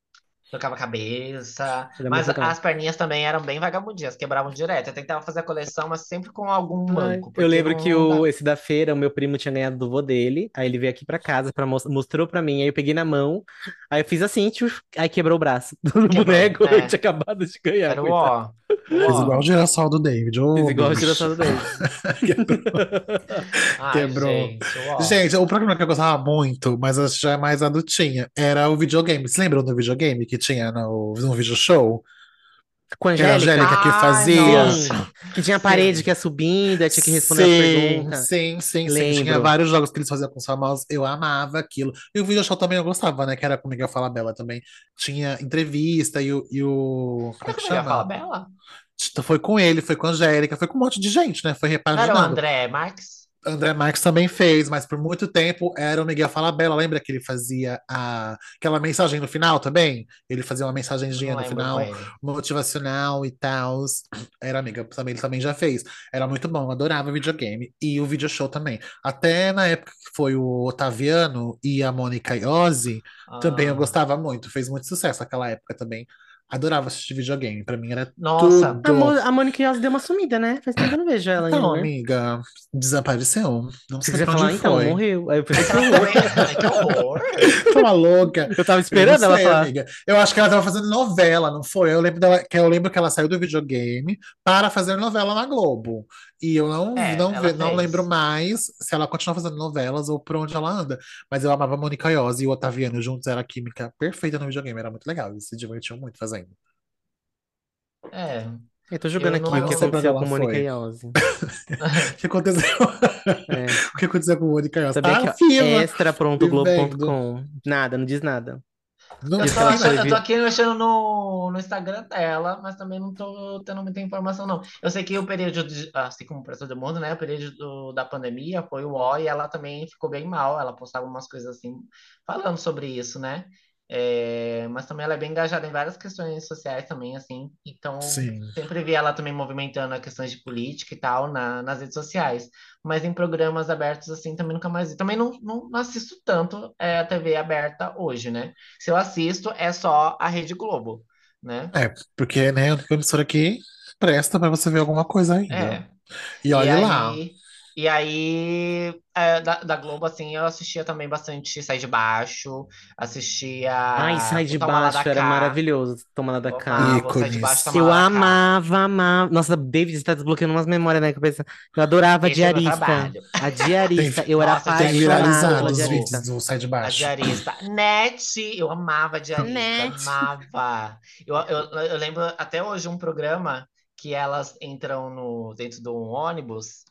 C: trocava a cabeça.
B: Era muito
C: Mas
B: legal.
C: as perninhas também eram bem vagabundias, quebravam direto. Eu tentava fazer a coleção, mas sempre com algum
B: Ai,
C: manco,
B: eu
C: porque
B: lembro que
C: não
B: o,
C: dá.
B: esse da feira, o meu primo tinha ganhado do vô dele. Aí ele veio aqui pra casa, pra, mos- mostrou pra mim. Aí eu peguei na mão. Aí eu fiz assim, tchuf, aí quebrou o braço do
C: Quebrou.
B: boneco. Eu tinha
C: É,
B: acabado de ganhar,
C: era o
B: coitado.
C: ó. O
A: Fez igual o
C: ó.
A: girassol do David.
B: Fiz
A: Ô,
B: igual o
A: bicho.
B: dinossauro David.
A: Quebrou.
C: Ai,
A: Quebrou.
C: gente, o ó.
A: Gente, o programa que eu gostava muito, mas acho que já é mais adultinha, era o videogame. Vocês lembram do videogame que tinha no, no video show?
B: Com a
A: Que era a
B: Angélica?
A: Angélica que
C: Ai,
A: fazia.
B: Sim.
C: nossa.
B: Que tinha a parede
C: Sim.
B: que ia subindo, aí tinha que responder as
A: Sim,
B: perguntas.
A: sim, sim, sim. Tinha
B: Lembro.
A: vários jogos que eles faziam com os famosos. Eu amava aquilo. E o video show também eu gostava, né? Que era com o Miguel Falabella também. Tinha entrevista e o, e o. Como
C: Era
A: é que
C: como é que ela fala,
A: chama?
C: Bela?
A: Foi com ele, foi com a Angélica, foi com um monte de gente, né? Foi
C: Não era o
A: repaginando.
C: André Marques?
A: André Marques também fez, mas por muito tempo era o Miguel Falabella. Lembra que ele fazia a, aquela mensagem no final também? Ele fazia uma mensagenzinha
C: Não
A: no
C: lembro com
A: final,
C: ele.
A: motivacional e tal. Era amiga, também, ele também já fez. Era muito bom, adorava videogame. E o video show também. Até na época que foi o Otaviano e a Mônica Iose, também eu
C: Ah,
A: gostava muito. Fez muito sucesso naquela época também. Adorava assistir videogame. Pra mim era
C: nossa.
B: A, Mo
A: tudo.
B: a Mônica Iose deu uma sumida, né? Faz tempo que eu não vejo ela em
A: Então,
B: lugar.
A: amiga, desapareceu. Não
B: Você
A: sei
B: quiser
A: pra onde
B: falar, então,
A: foi.
B: morreu. Aí eu
C: Ai,
B: pensei,
C: que
B: que
C: ela
B: horror.
C: também. Ai, que horror.
A: Tô uma louca.
B: Eu tava
A: Eu não
B: esperando ela
A: sei,
B: falar.
A: amiga. Eu acho que ela tava fazendo novela, não foi? Eu lembro dela, que eu lembro que ela saiu do videogame para fazer novela na Globo. E eu não,
C: É,
A: não,
C: ela
A: ve- não lembro
C: fez.
A: mais se ela continua fazendo novelas ou por onde ela anda. Mas eu amava a Mônica Iose e o Otaviano juntos, era a química perfeita no videogame. Era muito legal. Eles se divertiam muito fazendo.
C: É,
B: Eu tô jogando
C: eu
B: aqui o
A: Mas
B: que
A: não sei
C: não.
A: pra onde
B: aconteceu com
A: ela
B: Mônica
A: foi.
B: Iose.
A: O que aconteceu?
B: É.
A: O que aconteceu com a Mônica Iose?
B: Sabia
A: Tá
B: que ó,
A: viva,
B: extra ponto globo ponto
A: vivendo.
B: com. Nada, não diz nada.
A: Não
C: Eu
B: Diz
C: tô
B: que ela
A: tem.
B: foi.
C: achando, eu tô
B: vi-
C: aqui mexendo no, no Instagram dela, mas também não tô tendo muita informação, não. Eu sei que o período, de, assim como para todo mundo, né? O período do- da pandemia foi o ó, e ela também ficou bem mal. Ela postava umas coisas assim, falando sobre isso, né? É, mas também ela é bem engajada em várias questões sociais também, assim. Então,
A: Sim.
C: sempre vi ela também movimentando a questões de política e tal na- nas redes sociais. Mas em programas abertos, assim, também nunca mais vi. Também não, não, não assisto tanto é, a T V aberta hoje, né? Se eu assisto, é só a Rede Globo, né?
A: É, porque, né, a única emissora que presta pra você ver alguma coisa ainda.
C: É.
A: E
C: E
A: olhe lá.
C: aí, e aí é, da, da Globo, assim, eu assistia também bastante Sai de Baixo,
B: Ai,
C: assistia
B: sai
C: o
B: de
C: Toma Lá da
B: baixo, era
C: Cá,
B: maravilhoso. Tomando da
C: eu
B: cá.
C: amava o Sai de Baixo,
A: Ícones.
C: Toma Lá
B: Eu
C: da Cá.
B: amava, amava. Nossa, David está desbloqueando umas memórias na cabeça. Eu adorava a
C: Esse é meu
B: diarista.
C: trabalho.
B: A
A: Tem,
B: diarista. Eu era
C: Nossa,
A: tem
C: diarista
B: apaixonado pela
A: viralizado os
C: tudo.
A: vídeos
B: diarista.
A: do Sai de
C: A
A: Baixo.
C: diarista. Net, eu amava a diarista,
B: Net.
C: amava. Eu, eu, eu lembro até hoje um programa que elas entram no, dentro de um ônibus,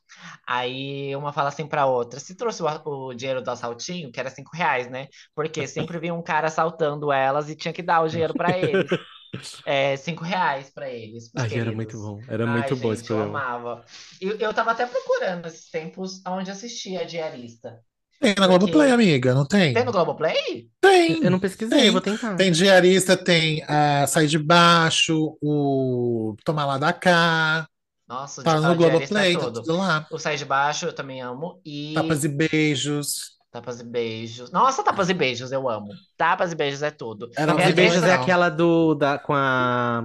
C: aí uma fala assim pra outra, se trouxe o, o dinheiro do assaltinho, que era cinco reais, né? Porque sempre vinha um cara assaltando elas e tinha que dar o dinheiro pra eles. É, cinco reais pra eles, pros
B: Ai, era muito
C: queridos.
B: bom. Era
C: Ai,
B: muito bom esse
C: gente, eu
B: programa.
C: amava. Eu, eu tava até procurando esses tempos onde assistia a diarista.
A: Tem na Globoplay,
C: Porque
A: amiga, não
C: tem
A: tem?
C: no Globoplay?
B: Eu
A: Tem,
B: não pesquisei, eu vou
A: tem.
B: tentar.
A: Tem diarista, tem a Sai de Baixo, o Toma Lá da Cá.
C: Nossa, o di-
A: Tá
C: a
A: no
C: diarista é
A: Globoplay, tá
C: tudo.
A: tudo lá.
C: O Sai de Baixo eu também amo.
A: Tapas
C: E
A: e beijos.
C: Tapas e Beijos. Nossa, Tapas e Beijos eu amo. Tapas e Beijos é tudo.
A: Era
B: Tapas e
C: É-
A: muito
B: Beijos é
C: essa
A: legal.
B: aquela do da, com a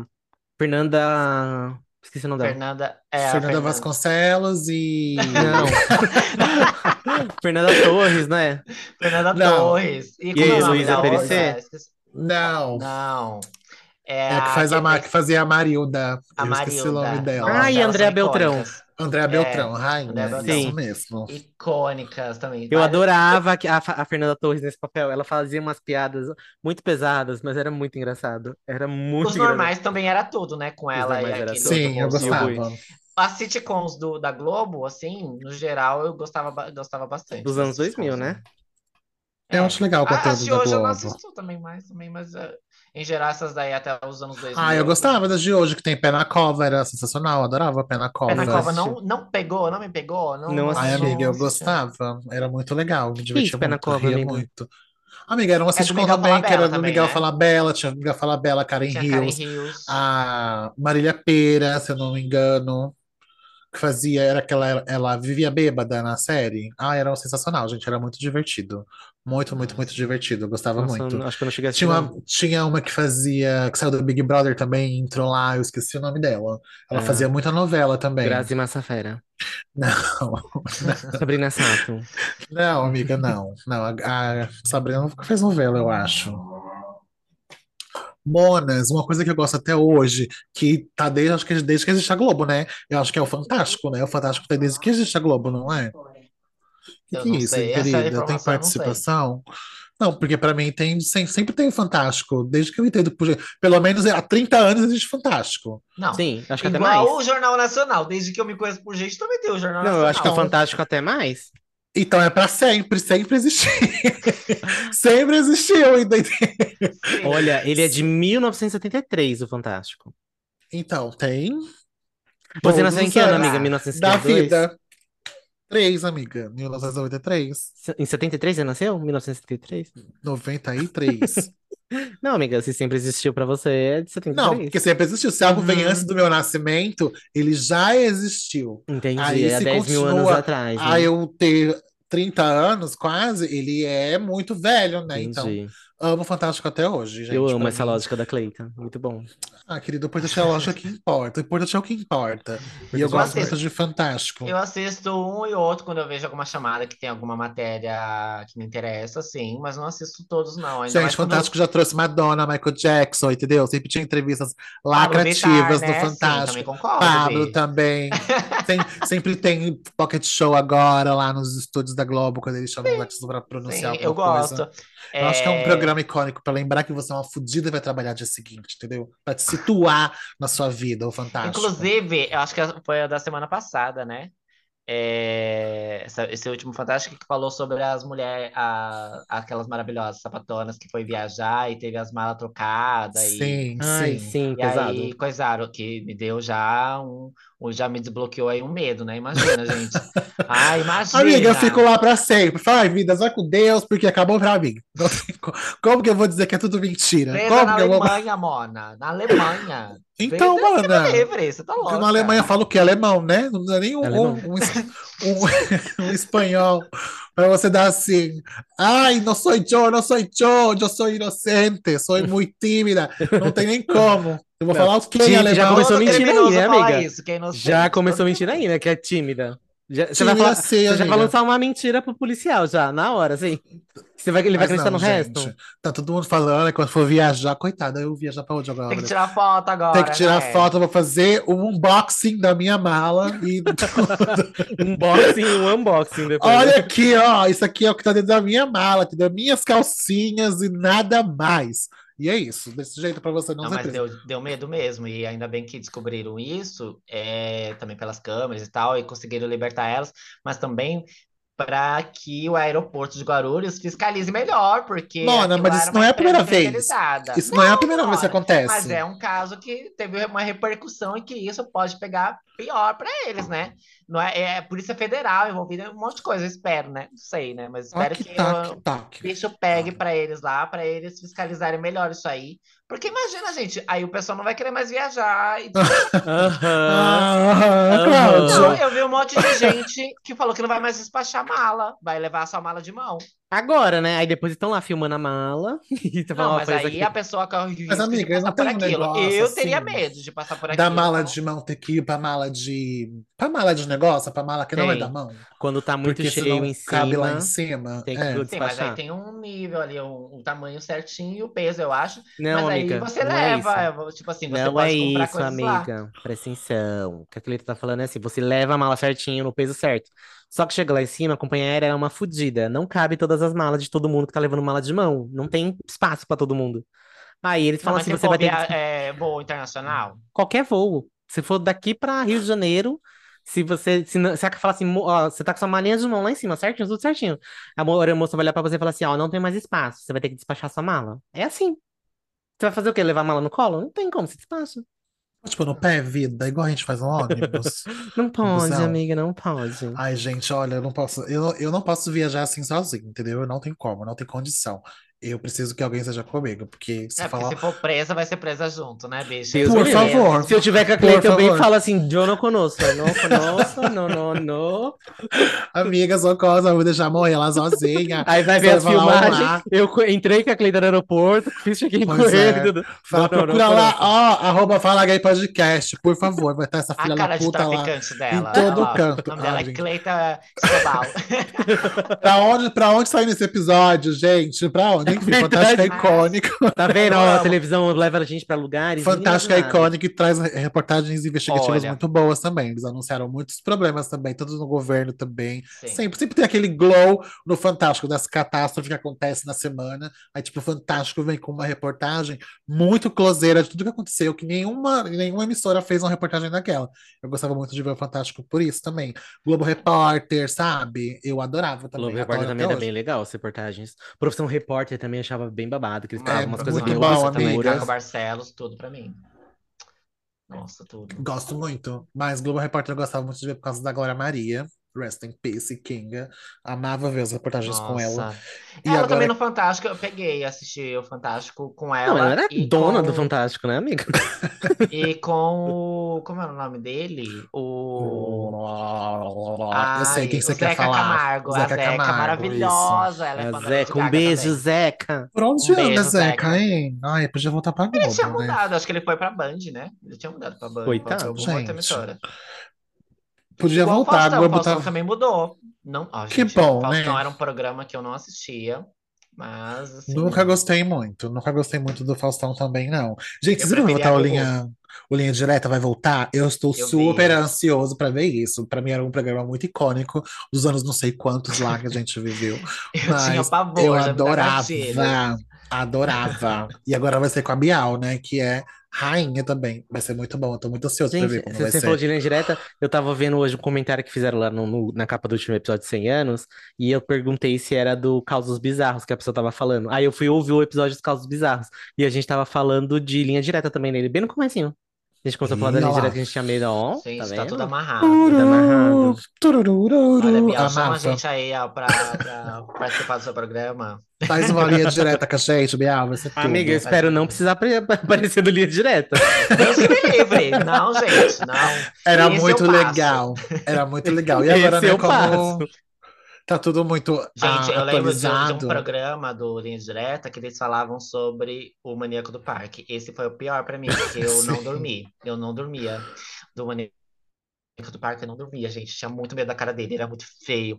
B: Fernanda. Esqueci o nome dela.
C: Fernanda é a
A: Fernanda
C: Fernanda.
A: Vasconcelos e.
B: Não. Fernanda Torres, né?
C: Fernanda
A: Não,
C: Torres. E
B: E
C: como é o
B: aí,
A: isso,
C: nome
B: Luísa
C: da
A: Luísa.
C: outra?
B: Perecer?
C: Esqueci.
A: Não.
C: Não. É
A: É a que
C: a
A: faz
C: que
A: a Ma-
C: fez
A: que fazia a Marilda.
C: a
A: Eu esqueci o nome
C: Marilda.
A: dela.
C: Nossa,
B: Ai,
C: elas são
B: Andréa Beltrão.
C: icônicas.
A: Andréa Beltrão,
C: É, Andréa
A: rainha, isso
C: Beltrão.
B: Sim.
A: mesmo.
C: Icônicas também.
B: Eu
C: Várias.
B: adorava que- a, Fa- a Fernanda Torres nesse papel. Ela fazia umas piadas muito pesadas, mas era muito engraçado. Era
C: Os
B: muito engraçado.
C: normais também era tudo, né? Com
B: Os
C: ela e
B: normais era
C: aquele outro
B: tudo.
A: Sim, eu
B: E o
C: moço lá.
B: Rui.
A: gostava.
C: As sitcoms do, da Globo, assim, no geral, eu gostava, ba- gostava bastante
B: Dos
C: das
B: anos dois mil,
C: sitcoms
B: né?
C: também.
A: Eu acho
C: É.
A: legal o
C: A- As
A: conteúdo
C: de
A: da
C: hoje eu não
A: Globo.
C: assisto também mais, também, mas é, em geral, essas daí até os anos dois
A: Ah,
C: mil
A: eu
C: eu curti
A: gostava das de
C: bastante.
A: hoje, que tem Pé na Cova, era sensacional, eu adorava Pé na
C: Pé na
B: Nunca
C: Cova
A: Cova.
B: assisti.
C: não, não pegou, não me pegou, não,
B: Não
A: Ai,
C: não,
B: assisti.
A: amiga,
C: não
A: eu
C: assisti.
A: gostava, era muito legal, me
B: Que isso,
A: divertia
B: Pé na
A: muito,
B: Cova,
A: ria
B: amiga?
A: muito. Amiga, era uma
C: É do
A: sitcom
C: Miguel
A: também, que
C: Falabella
A: era do
C: também,
A: Miguel
C: né?
A: Falabella, tinha o Miguel Falabella, Karen
C: Tinha Karen
A: Hills,
C: Hills.
A: a Marília Pêra, se eu não me engano. que fazia, era aquela, ela vivia bêbada na série. Ah, era sensacional, gente, era muito divertido. Muito, muito, muito
C: Nossa.
A: divertido, eu gostava
B: Nossa, eu
A: muito.
B: não- acho que eu não cheguei a assistir,
A: Tinha
B: não.
A: uma, tinha uma que fazia, que saiu do Big Brother também, entrou lá, eu esqueci o nome dela. Ela
B: Ah,
A: fazia muita novela também.
B: Grazi Massafera.
A: Não,
B: Sabrina Sato.
A: não, amiga, não. Não, a, a Sabrina nunca fez novela, eu acho. Monas, uma coisa que eu gosto até hoje, que tá desde, acho que desde que existe a Globo, né? Eu acho que é o Fantástico, né? O Fantástico tá desde que existe a Globo, não é? O que
C: Eu
A: que é
C: não
A: isso,
C: sei, essa
A: querida? Tem
C: informação eu não sei.
A: participação? Não, porque pra mim tem, sem- sempre tem o Fantástico, desde que eu entendo, por, pelo menos há trinta anos existe Fantástico.
C: Não.
B: Sim, acho que até
C: Igual o
B: mais.
C: Jornal Nacional. Desde que eu me conheço por gente, também tem o Jornal
B: Não, eu acho que o
C: Nacional.
A: Então,
B: Fantástico até mais.
A: então é pra sempre, sempre existiu. Sempre existiu, entendeu?
C: Sim.
B: Olha, ele é de mil novecentos e setenta e três, o Fantástico.
A: Então, tem
B: Você
A: todos
B: nasceu em
A: os
B: que ano,
A: anos
B: amiga?
C: Será?
A: da
B: mil novecentos e setenta e dois?
A: vida. Três, amiga. mil novecentos e noventa e três.
B: Em setenta e três você nasceu? mil novecentos e setenta e três?
A: noventa e três.
B: Não, amiga, se sempre existiu pra você, é de
A: Não,
B: setenta e três.
A: porque sempre existiu. Se algo vem antes
B: Uhum.
A: do meu nascimento, ele já existiu.
B: Entendi,
A: Aí,
B: é há
A: se
B: dez mil anos
A: continua
B: atrás,
A: a
B: né?
A: eu ter trinta anos, quase, ele é muito velho, né? Então,
B: Entendi.
A: amo Fantástico até hoje,
B: Eu
A: gente.
B: amo
A: Pra
B: essa
A: mim,
B: lógica da Cleita. Muito bom.
A: ah, querido, o importante é a lógica que importa. O importante é o que importa. E eu
B: Importante é
C: Eu
B: o que
A: gosto muito
C: assisto.
A: de
B: importa.
A: Fantástico.
C: Eu assisto um e outro quando eu vejo alguma chamada que tem alguma matéria que me interessa, sim, mas não assisto todos, não. Ainda
A: Gente,
C: mais quando.
A: Fantástico já trouxe Madonna, Michael Jackson, entendeu? Sempre tinha entrevistas
C: Pablo Vittar,
A: lacrativas no
C: né? Sim, também
A: Fantástico.
C: concordo,
A: Pablo
C: Bi.
A: também. Sem- sempre tem Pocket Show agora lá nos estúdios da Globo, quando eles chamam os artistas para pronunciar
C: Sim, eu
A: alguma coisa.
C: gosto.
A: Eu acho que é um
C: É,
A: programa icônico para lembrar que você é uma fudida e vai trabalhar dia seguinte, entendeu? Para te situar na sua vida, o Fantástico.
C: Inclusive, eu acho que foi a da semana passada, né? É, essa- esse último Fantástico que falou sobre as mulheres, a- aquelas maravilhosas sapatonas que foi viajar e teve as malas trocadas e,
A: Sim,
B: Ai,
A: sim.
B: sim,
C: e aí
B: pesado.
C: coisaram, que me deu já um, um- já me desbloqueou aí um medo, né? Imagina, gente. Ah,
A: Amiga, eu fico
C: imagina!
A: lá pra sempre. Fala, vida, vai com Deus, porque acabou pra mim. Não tem co- Como que eu vou dizer que é tudo mentira?
C: Presa na
A: Como que eu vou.
C: Alemanha, Mona. Na Alemanha. Vê-
A: Então,
C: Deus que me
A: mana,
C: livre, você tá
A: na Alemanha
C: louca.
A: fala o quê? Alemão, né? Não dá nem um,
B: Alemão.
A: um, um, es- um- um espanhol pra você dar assim. Ai, não sou eu, não sou eu, eu sou inocente, sou muito tímida. Não tem nem como. Eu vou
B: Não,
A: falar o quê em
B: tí- já
A: alemão?
B: começou
C: Todo
B: mentindo aí,
C: criminoso
B: né,
C: fala
B: amiga?
C: isso, que é
B: Já
C: inocente.
B: começou
C: Todo
B: mentindo aí,
C: criminoso.
B: né? Que é tímida. Já- você vai
A: Tímida
B: falar,
A: sim,
B: você já vai
A: amiga.
B: lançar uma mentira pro policial já, na hora, assim. Você vai, ele vai
A: Mas
B: acreditar no
A: não, gente.
B: resto?
A: Tá todo mundo falando, né? Quando for viajar, coitada, eu viajar pra onde
C: Tem que
A: agora?
C: tirar foto
A: Tem que
C: agora,
A: tirar
C: né?
A: foto, eu vou fazer um unboxing da minha mala e
B: Unboxing, um unboxing depois, né?
A: olha aqui, ó, isso aqui é o que tá dentro da minha mala, aqui das minhas calcinhas e nada mais. E é isso, desse jeito pra você não
C: Não,
A: ser
C: mas
A: presa.
C: deu, deu medo mesmo, e ainda bem que descobriram isso, é, também pelas câmeras e tal, e conseguiram libertar elas, mas também para que o aeroporto de Guarulhos fiscalize melhor, porque
A: Mona,
C: aquilo
A: mas
C: lá era
A: isso não
C: uma
A: é a
C: empresa
A: primeira vez.
C: especializada.
A: Isso não é a
C: Não,
A: primeira vez que
C: Mona, mas
A: acontece.
C: é um caso que teve uma repercussão e que isso pode pegar pior para eles, né? Não é, é Polícia Federal envolvida em um monte de coisa, eu espero, né? Não sei, né? Mas espero
A: Toque,
C: que
A: toque,
C: o
A: toque.
C: bicho pegue para eles lá, para eles fiscalizarem melhor isso aí. Porque imagina, gente, aí o pessoal não vai querer mais viajar e
B: Aham,
A: Ah,
C: não,
B: aham.
A: Cláudio.
C: eu vi um monte de gente que falou que não vai mais despachar mala, vai levar só mala de mão.
B: Agora, né? Aí depois estão lá filmando a mala e você
C: Não,
B: fala, ó,
C: mas
B: foi isso
C: aí
B: aqui.
C: a pessoa corre o
A: Mas,
C: risco de
A: amiga,
C: passar
A: não
C: por
A: tem um
C: aquilo.
A: negócio
C: Eu teria
A: assim.
C: medo de passar por
A: Da
C: aquilo.
A: mala
C: Então,
A: de mão ter que ir pra mala de. Pra mala de negócio, pra mala que não é da
B: Tem.
A: mão.
B: Quando tá muito
A: Porque
B: cheio em
A: senão cabe lá em
B: cima,
A: cima.
B: tem que
A: É.
C: sim, mas aí
B: despachar.
C: tem um nível ali, um, um tamanho certinho e o peso, eu acho.
B: Não,
C: Mas aí
B: amiga,
C: você
B: não é isso.
C: leva, tipo assim, você
B: Não é
C: pode comprar
B: isso,
C: coisas lá.
B: amiga. Presta atenção. O que a Cleita tá falando é assim: você leva a mala certinho no peso certo. Só que chega lá em cima, a companhia aérea é uma fodida. Não cabe todas as malas de todo mundo que tá levando mala de mão. Não tem espaço pra todo mundo. Aí eles
C: Não,
B: falam
C: mas
B: assim:
C: se
B: você
C: for
B: vai ter que
C: via,
B: despachar
C: é, voo internacional,
B: qualquer voo. Se for daqui pra Rio de Janeiro, se você. Se, não- se ela falar assim, mo- ó, você tá com sua malinha de mão lá em cima, certinho, tudo certinho. A mo- a moça vai olhar pra você e falar assim: ó, não tem mais espaço. Você vai ter que despachar sua mala. É assim. Você vai fazer o quê? Levar a mala no colo? Não tem como, você despacha.
A: Tipo, no pé, vida, igual a gente faz no ônibus,
B: Não
A: no
B: pode,
A: busão.
B: amiga, não pode.
A: Ai, gente, olha, eu não posso, eu, não- eu não posso viajar assim sozinho, entendeu? Eu não tenho como, não tenho condição. Eu preciso que alguém seja comigo, porque se
C: É, porque
A: falar,
C: se for presa, vai ser presa junto, né, bicha?
B: Deus
C: Eu
B: me
A: por
B: livre.
A: favor,
B: Se eu tiver com a
A: por
B: Clay também,
A: favor,
B: fala assim, eu não conosco, não conosco, não, não, não.
A: amiga, socorro, vou deixar morrer lá sozinha.
B: Aí vai ver
A: Só vai
B: as
A: falar
B: filmagens,
A: olá.
B: eu co- entrei com a Cleida no aeroporto, fiz check-in com
A: Pois
B: ele,
A: é.
B: tudo. Não,
A: Fala,
B: não, não
A: procura lá,
B: conosco.
A: ó, arroba Fala Gay Podcast, por favor. Vai estar essa
C: A
A: filha da
C: cara de
A: puta lá
C: traficante
A: em
C: dela. Olha
A: todo
C: lá.
A: canto.
C: O nome dela
A: Ai,
C: é
A: gente.
C: Cleita Escobal.
A: Pra onde, pra onde sai nesse episódio, gente? Pra onde?
B: É
A: Enfim, Fantástico é
B: verdade.
C: Mas
A: icônico.
B: Tá vendo?
C: eu
B: Ó, a
C: amo.
B: televisão leva a gente pra lugares
A: Fantástico é
B: inimaginados.
A: icônico e traz reportagens investigativas
C: Olha,
A: muito boas também. Eles anunciaram muitos problemas também, tanto no governo também.
C: sim.
A: Sempre, sempre tem aquele glow no Fantástico das catástrofes que acontecem na semana. Aí, tipo, o Fantástico vem com uma reportagem muito closeira de tudo que aconteceu, que nenhuma, nenhuma emissora fez uma reportagem daquela. Eu gostava muito de ver o Fantástico por isso também. Globo Repórter, sabe? Eu adorava
B: O Globo
A: também,
B: Repórter
A: adoro
B: também
A: até
B: era
A: hoje.
B: bem legal, as reportagens. Profissão Repórter também achava bem babado, que eles
C: Uma
A: É
B: falavam umas coisas
A: muito
B: bem
A: bom,
C: massa também, Caco
B: obscuras.
A: amiga.
C: Barcelos, tudo pra mim. Nossa, tudo.
A: Gosto muito, mas Globo Repórter eu gostava muito de ver por causa da Glória Maria, Rest in Peace, Kinga. Amava ver as reportagens com ela.
C: Nossa.
A: E
C: Ela também no
A: agora,
C: Fantástico, eu peguei, assisti o Fantástico com
B: Não, ela
C: ela
B: era
C: e
B: dona do
C: com
B: Fantástico, né, amiga?
C: e com o, como é o nome dele? O
A: eu sei quem
C: ai, o
A: você quer
C: Zeca
A: falar.
C: Camargo, a
A: Zeca
C: Zeca
A: Camargo, isso.
C: maravilhosa, ela é
B: A
C: fã da Lady
B: Zeca, um
C: Gaga
B: beijo,
C: também.
B: Zeca.
A: Por onde
C: Um
A: anda,
C: beijo,
A: Zeca,
C: Zeca.
A: hein? Ai, podia voltar pra
C: Ele tinha
A: Globo, né?
C: mudado, acho que ele foi pra Band, né? Ele tinha mudado pra Band, pra, pra
B: Coitado.
C: alguma outra
A: Gente,
C: emissora.
A: podia
C: Igual o
A: voltar. A
C: Faustão, o
A: Globo
C: Faustão
A: tá.
C: também mudou. Não, ó,
A: Que
C: gente,
A: bom,
C: Faustão
A: né?
C: era um programa que eu não assistia, mas
A: Nunca
C: assim,
A: gostei muito. Nunca gostei muito do Faustão também, não. Gente,
C: eu
A: vocês viram que vai
C: preferia a
A: voltar o
C: Gugu.
A: Linha, o Linha Direta? Vai voltar? Eu estou
C: Eu
A: super
C: vi.
A: ansioso para ver isso. Para mim era um programa muito icônico dos anos não sei quantos lá que a gente viveu.
C: Eu tinha
A: Mas eu
C: pavor, já me dá
A: adorava,
C: gatilho.
A: adorava. E agora vai ser com a Bial, né? Que é rainha também. Vai ser muito bom. Eu tô muito ansioso para
B: Gente,
A: ver como
B: se
A: vai
B: você falou
A: ser.
B: de linha direta, eu tava vendo hoje um comentário que fizeram lá no, no- na capa do último episódio de cem anos, e eu perguntei se era do Causos Bizarros que a pessoa tava falando. Aí eu fui ouvir o episódio dos Causos Bizarros, e a gente tava falando de linha direta também nele, bem no comecinho. A gente começou a falar da
A: E olha
B: linha direta
A: lá.
B: que a gente tinha medo, ó, tá
C: Gente, tá tudo
B: vendo?
C: amarrado.
B: Tudo
A: Tururu,
B: amarrado.
C: Olha,
A: tururururu.
C: Biel, chama a
A: Amava.
C: gente aí, ó, pra, pra participar do seu programa.
A: Faz uma linha direta com a gente, Bial. Vai ser
B: Amiga, eu
A: tudo.
C: Faz
B: espero não
C: uma-
B: precisar apare- aparecer do linha direta.
C: Deus que me livre. Não, gente, não.
A: Era
C: Esse eu
A: muito
C: passo.
A: legal. Era muito legal. E agora,
B: Esse
A: né,
B: eu passo.
A: como tá tudo muito
C: Gente,
A: ah,
C: eu lembro de, um- de um
A: atualizado.
C: programa do Linha Direta que eles falavam sobre o Maníaco do Parque. Esse foi o pior pra mim, porque eu não
A: Sim.
C: dormi. Eu não dormia do Maníaco do Parque, eu não dormia, gente. Tinha muito medo da cara dele, era muito feio.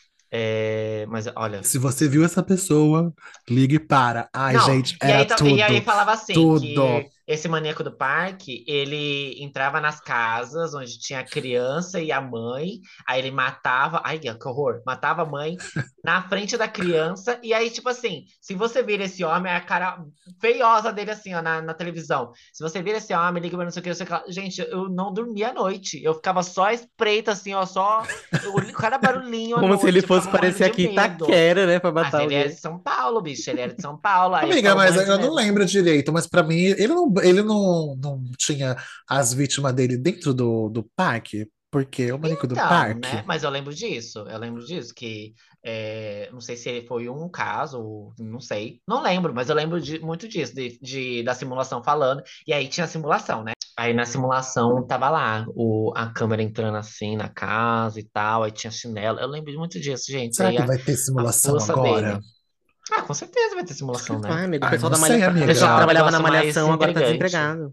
C: É, mas olha,
A: Se você viu essa pessoa, ligue para. Ai,
C: não,
A: gente,
C: e
A: era
C: aí, tam- e aí
A: tudo.
C: falava assim,
A: Tudo.
C: que esse maníaco do parque, ele entrava nas casas onde tinha a criança e a mãe, aí ele matava, ai, que horror, matava a mãe na frente da criança, e aí, tipo assim, se você vir esse homem, é a cara feiosa dele assim, ó, na, na televisão. Se você vir esse homem, liga pra não sei o que, não sei o que lá. Gente, eu não dormia à noite, eu ficava só espreita, assim, ó, só o- cada barulhinho à
B: Como se ele
C: noite, eu
B: fosse
C: ficava morrendo
B: parecer
C: de
B: aqui
C: medo.
B: Itaquera, né, pra
C: Mas
B: matar
C: ele era de
B: alguém.
C: São Paulo, bicho. Ele era de São Paulo. Aí eu
A: Amiga,
C: ficava
A: mas
C: morrendo de
A: eu não
C: medo.
A: lembro direito, mas pra mim, ele não, ele não, não tinha as vítimas dele dentro do, do parque, porque o maníaco do
C: Então, né?
A: parque.
C: Mas eu lembro disso. Eu lembro disso, que é, não sei se ele foi um caso, não sei. Não lembro, mas eu lembro de, muito disso, de, de- da simulação falando. E aí tinha a simulação, né? Aí na simulação tava lá o, a câmera entrando assim na casa e tal, aí tinha chinelo. Eu lembro muito disso, gente.
A: Será
C: Aí
A: que
C: a,
A: vai ter
C: a
A: simulação
C: força
A: agora?
C: dele. Ah, com certeza vai ter simulação, né?
B: Ah, amigo, o
A: Ai,
B: pessoal
A: não
B: da
A: sei,
B: Malhação, o pessoal que
C: Deixar o
A: amiga.
B: trabalhava na
C: negócio mais
B: Malhação agora tá
C: intrigante.
B: desempregado.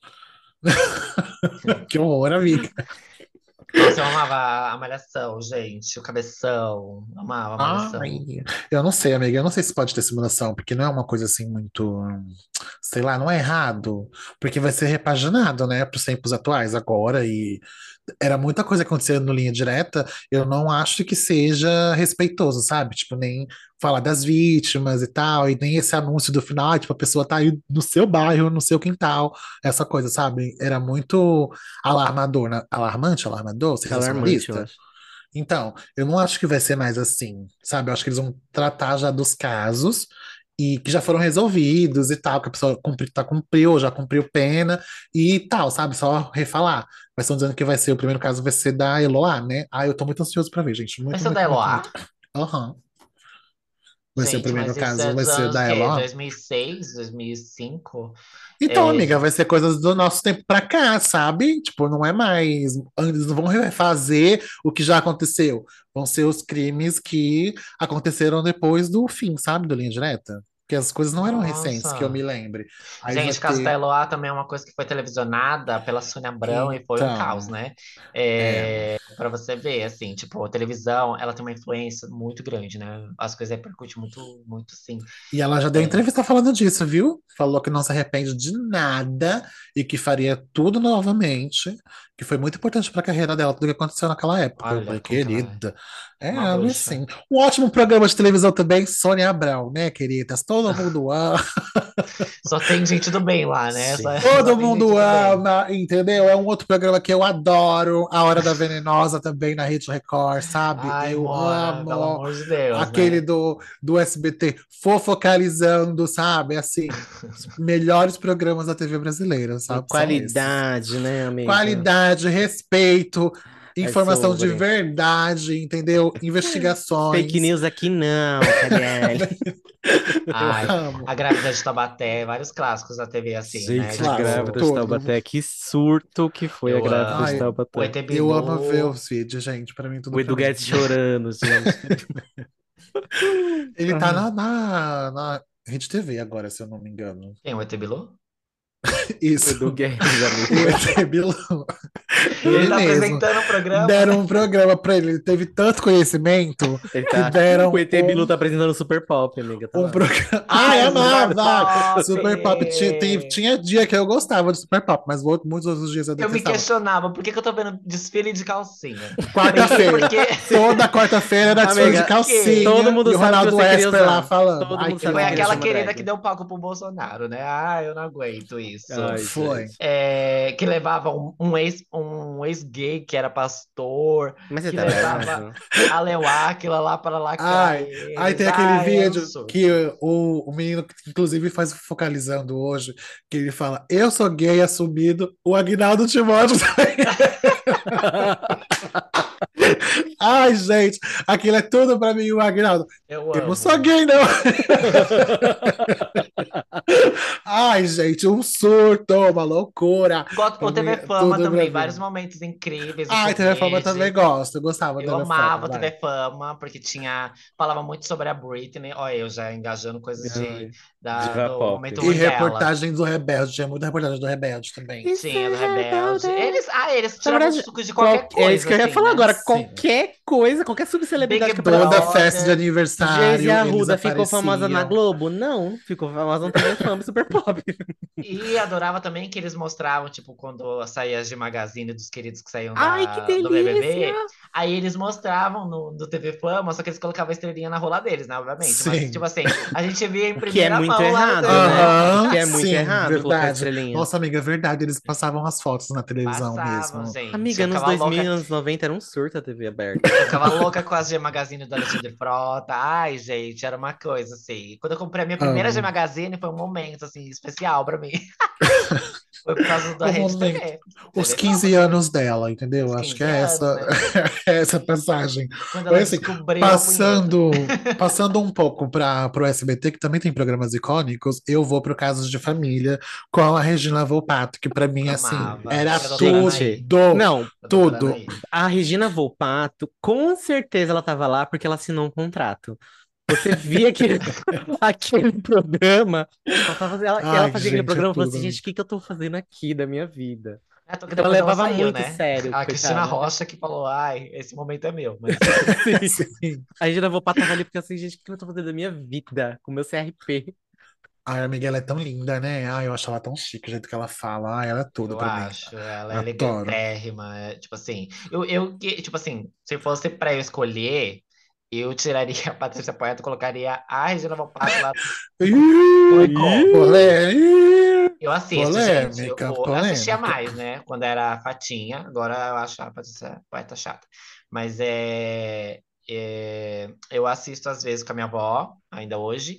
A: Que horror, amiga.
C: Nossa, eu amava a Malhação, gente. O Cabeção. Amava a Malhação.
A: Ai, eu não sei, amiga. Eu não sei se pode ter simulação, porque não é uma coisa assim muito, hum, sei lá, não é errado, porque vai ser repaginado, né, para os tempos atuais agora e era muita coisa acontecendo no Linha Direta. Eu não acho que seja respeitoso, sabe? Tipo, nem falar das vítimas e tal, e nem esse anúncio do final, ah, tipo, a pessoa tá aí no seu bairro, no seu quintal, essa coisa, sabe? Era muito alarmador, né? Alarmante, alarmador,
B: Alarmante, eu
A: sensacionalista.
B: acho.
A: Então, eu não acho que vai ser mais assim, sabe? Eu acho que eles vão tratar já dos casos e que já foram resolvidos e tal, que a pessoa cumpri, tá, cumpriu, já cumpriu pena e tal, sabe? Só refalar. Mas estão dizendo que vai ser, o primeiro caso vai ser da Eloá, né? Ah, eu tô muito ansioso pra ver, gente.
C: Vai
A: Muito,
C: ser o da
A: muito, muito,
C: Eloá?
A: muito. Aham. Vai ser o
C: Gente,
A: primeiro
C: mas isso
A: caso,
C: é
A: vai
C: dos
A: ser
C: anos
A: da
C: quê?
A: Elo.
C: dois mil e seis, dois mil e cinco?
A: Então,
C: É,
A: amiga, vai ser coisas do nosso tempo pra cá, sabe? Tipo, não é mais. Eles não vão refazer o que já aconteceu. Vão ser os crimes que aconteceram depois do fim, sabe? Do Linha Direta. Porque as coisas não eram recentes, que eu me
C: nossa.
A: lembre. Aí vai
C: Gente, Casa da
A: ter.
C: Eloá também é uma coisa que foi televisionada pela Sônia Abrão e foi um caos,
A: Então.
C: né?
A: É.
C: É, para você ver, assim, tipo, a televisão, ela tem uma influência muito grande, né? As coisas repercutem muito, muito, sim.
A: E ela já deu
C: É,
A: entrevista falando disso, viu? Falou que não se arrepende de nada e que faria tudo novamente, que foi muito importante para a carreira dela, tudo que aconteceu naquela época. Eu
C: olha
A: falei,
C: como que ela é
A: querida, é
C: uma
A: ela
C: bruxa.
A: assim. Um ótimo programa de televisão também, Sônia Abrão, né, queridas? Todo mundo ama,
C: Só tem gente do bem lá, né? Só,
B: Sim.
C: só
A: todo
C: tem gente
A: mundo
C: do bem.
A: ama, entendeu? É um outro programa que eu adoro, A Hora da Venenosa também na Rede Record, sabe?
C: Ai,
A: Eu
C: Mona, pelo
A: amo
C: amor de Deus,
A: aquele
C: né?
A: do, do S B T, Fofocalizando, sabe? Assim, os melhores programas da T V brasileira,
B: Com
A: sabe? São esses.
B: qualidade, né, amiga?
A: Qualidade, respeito,
B: É
A: informação de
B: sobre.
A: verdade, entendeu?
B: Fake
A: Investigações.
B: news aqui não, Carielle.
A: Eu
C: Ai,
A: amo.
C: a Grávida de Taubaté, vários clássicos da T V, assim, né?
B: Gente, a
A: Clássico,
B: grávida de
C: Tipo,
A: todo.
B: Taubaté, que surto que foi a
C: eu
B: grávida de
A: Ai,
C: amo. O
B: Taubaté.
C: E T
A: eu amo ver
C: Bilu.
A: os vídeos, gente. Pra mim, tudo
B: O
A: pra
B: Edu
A: mim.
B: Guedes chorando, gente.
A: Ele tá
B: Ai.
A: na, na, na Rede T V agora, se eu não me engano.
C: Quem? O E T Bilu?
B: O Edu
A: Isso.
B: Guedes,
A: O
B: amiga.
A: E T Bilu.
C: Ele
A: Ele
C: tá
A: mesmo.
C: apresentando o programa, né?
A: Deram um programa pra ele. Ele teve tanto conhecimento
B: Ele
A: que
B: tá. O
A: deram
B: E T Bilu
A: um,
B: tá apresentando o Super Pop, amiga. Tá
A: um
B: lá.
A: programa. Ai,
C: Ai, Super
A: amava!
C: Pop!
A: Super Pop. Tinha, tem- tinha dia que eu gostava de Super Pop, mas outro- muitos outros dias eu
C: Eu me
A: detestava.
C: questionava, por que que eu tô vendo desfile de calcinha?
A: Quarta-feira.
C: Porque
A: Toda quarta-feira era desfile de
B: Amiga,
C: que
B: todo
A: calcinha
B: mundo
A: e o
B: sabe que
A: Ronaldo
B: você queria
A: Esper lá
B: usar.
A: falando.
B: Todo
A: Ai,
B: mundo sabe
C: foi
B: que você queria
A: queria.
C: aquela
B: ser uma
C: querida que
B: drag.
C: deu palco pro Bolsonaro, né? Ai, eu não aguento isso.
B: Ai,
A: Foi.
B: gente.
C: É, que levava um, um ex, um ex-gay que era pastor,
B: Mas você
C: que
B: tá
C: levava
B: brava?
C: a Léo Áquila lá para lacrar
A: Ai, aí
C: eles.
A: tem aquele
C: Ai, era um
A: vídeo que
C: surto.
A: o, o menino, que inclusive faz focalizando hoje, que ele fala: Eu sou gay assumido, o Agnaldo Timóteo também. Ai, gente, aquilo é tudo pra mim, o Agnaldo.
C: Eu
A: Eu não sou
C: amo.
A: gay, não. Ai, gente, um surto, uma loucura.
C: Gosto- O
A: Pra mim,
C: T V
A: é
C: Fama
A: tudo pra
C: também, vários
A: mim.
C: momentos incríveis de
A: Ai, T V Fama eu também
C: comédia.
A: gosto. Eu gostava da
C: Eu
A: T V Fama,
C: amava o
A: vai.
C: T V Fama, porque tinha, falava muito sobre a Britney. Olha, eu já engajando coisas de,
B: Ai,
C: da,
B: diva
C: do
B: pop.
C: momento
A: E
C: ruim dela.
A: reportagem do Rebelde, tinha muita reportagem do Rebelde também.
B: Isso
C: Tinha
B: é
C: do Rebelde.
B: rebelde.
C: Eles, ah, eles
B: Na
C: tiravam
B: verdade,
C: suco de
B: qual...
C: qualquer
B: é isso
C: coisa,
B: que eu ia
C: assim,
B: falar
C: né?
B: agora.
A: Sim.
B: Qualquer coisa, qualquer
C: Big
B: subcelebridade que
A: Toda
B: aparecesse.
A: festa de
C: Brother.
B: Geise
A: aniversário, eles
B: Arruda ficou famosa na
A: apareciam.
B: Globo? Não, ficou famosa no T V Fama e Super Pop.
C: E adorava também que eles mostravam, tipo, quando saía as de Magazine dos queridos que saíam
B: Ai, que
C: da, do
B: delícia!
C: B B B, aí eles mostravam no, do T V Fama, só que eles colocavam a estrelinha na rola deles, né, obviamente. Mas, tipo
A: Sim.
C: assim, a gente via em
B: O que é
C: primeira
B: muito
C: mão lá no
B: errado,
C: T V
B: né?
C: Fama.
B: O que
A: Aham,
B: é muito
A: sim,
B: errado colocar
A: verdade.
B: estrelinha.
A: Nossa, amiga, é verdade, eles passavam as fotos na televisão
C: Passavam,
A: mesmo.
C: gente.
B: Amiga,
C: Eu
B: nos
C: ficava
B: dois mil,
C: louca,
B: anos noventa era um surto a T V aberta.
C: eu ficava louca com as G Magazine do Alexandre Frota. Ai, gente, era uma coisa, assim. Quando eu comprei a minha primeira G
A: Amo.
C: Magazine, foi um momento, assim, especial pra mim. Foi por causa da
A: O
C: Rede
A: momento.
C: T V.
A: Os
C: T V Fama
A: quinze
C: também.
A: anos dela, entendeu?
C: Os
A: Acho que
C: quinze
A: é
C: anos,
A: essa,
C: né?
A: é essa passagem.
C: Quando ela
A: Mas assim,
C: descobriu a punheta.
A: passando, passando um pouco para o S B T, que também tem programas icônicos, eu vou para o Casos de Família com a Regina Volpato, que para mim, assim,
C: Amava.
A: era
C: E a doutora
A: tudo,
B: Gente,
C: Anaí.
B: não,
C: A doutora
A: tudo.
C: Anaí.
B: a Regina Volpato, com certeza ela tava lá porque ela assinou um contrato. Você via aquele, aquele programa, ela, tava, ela, ela
A: Ai,
B: fazia aquele
A: gente, é
B: programa e falou assim,
A: tudo,
B: gente,
A: amigo.
B: o que que eu tô fazendo aqui da minha vida?
C: É, só que
B: Ela
C: depois ela
B: levava
C: saiu,
B: muito
C: né?
B: sério,
C: A Cristina
B: coitada.
C: Rocha que falou, ai, esse momento é meu. Mas
B: Sim.
A: Sim.
B: A Regina Volpato tava ali porque assim, gente, o que eu tô fazendo da minha vida? Com o meu C R P.
A: Ai, amiga, ela é tão linda, né? Ai, eu acho ela tão chique, o jeito que ela fala. Ai, ela é tudo
C: eu
A: pra mim.
C: acho, ela é
A: Adoro.
C: elegantérrima. É, tipo assim, eu, eu, que- tipo assim, se fosse pra eu escolher, eu tiraria a Patrícia Poeta e colocaria a Regina Volpato lá no
A: Ih,
C: Recon.
A: polé- Ih,
C: Eu assisto, gente. Eu,
A: polêmica,
C: eu assistia
A: polêmica.
C: mais, né? Quando era Fatinha. Agora eu acho a Patrícia Poeta chata. Mas é, é, eu assisto às vezes com a minha avó, ainda hoje.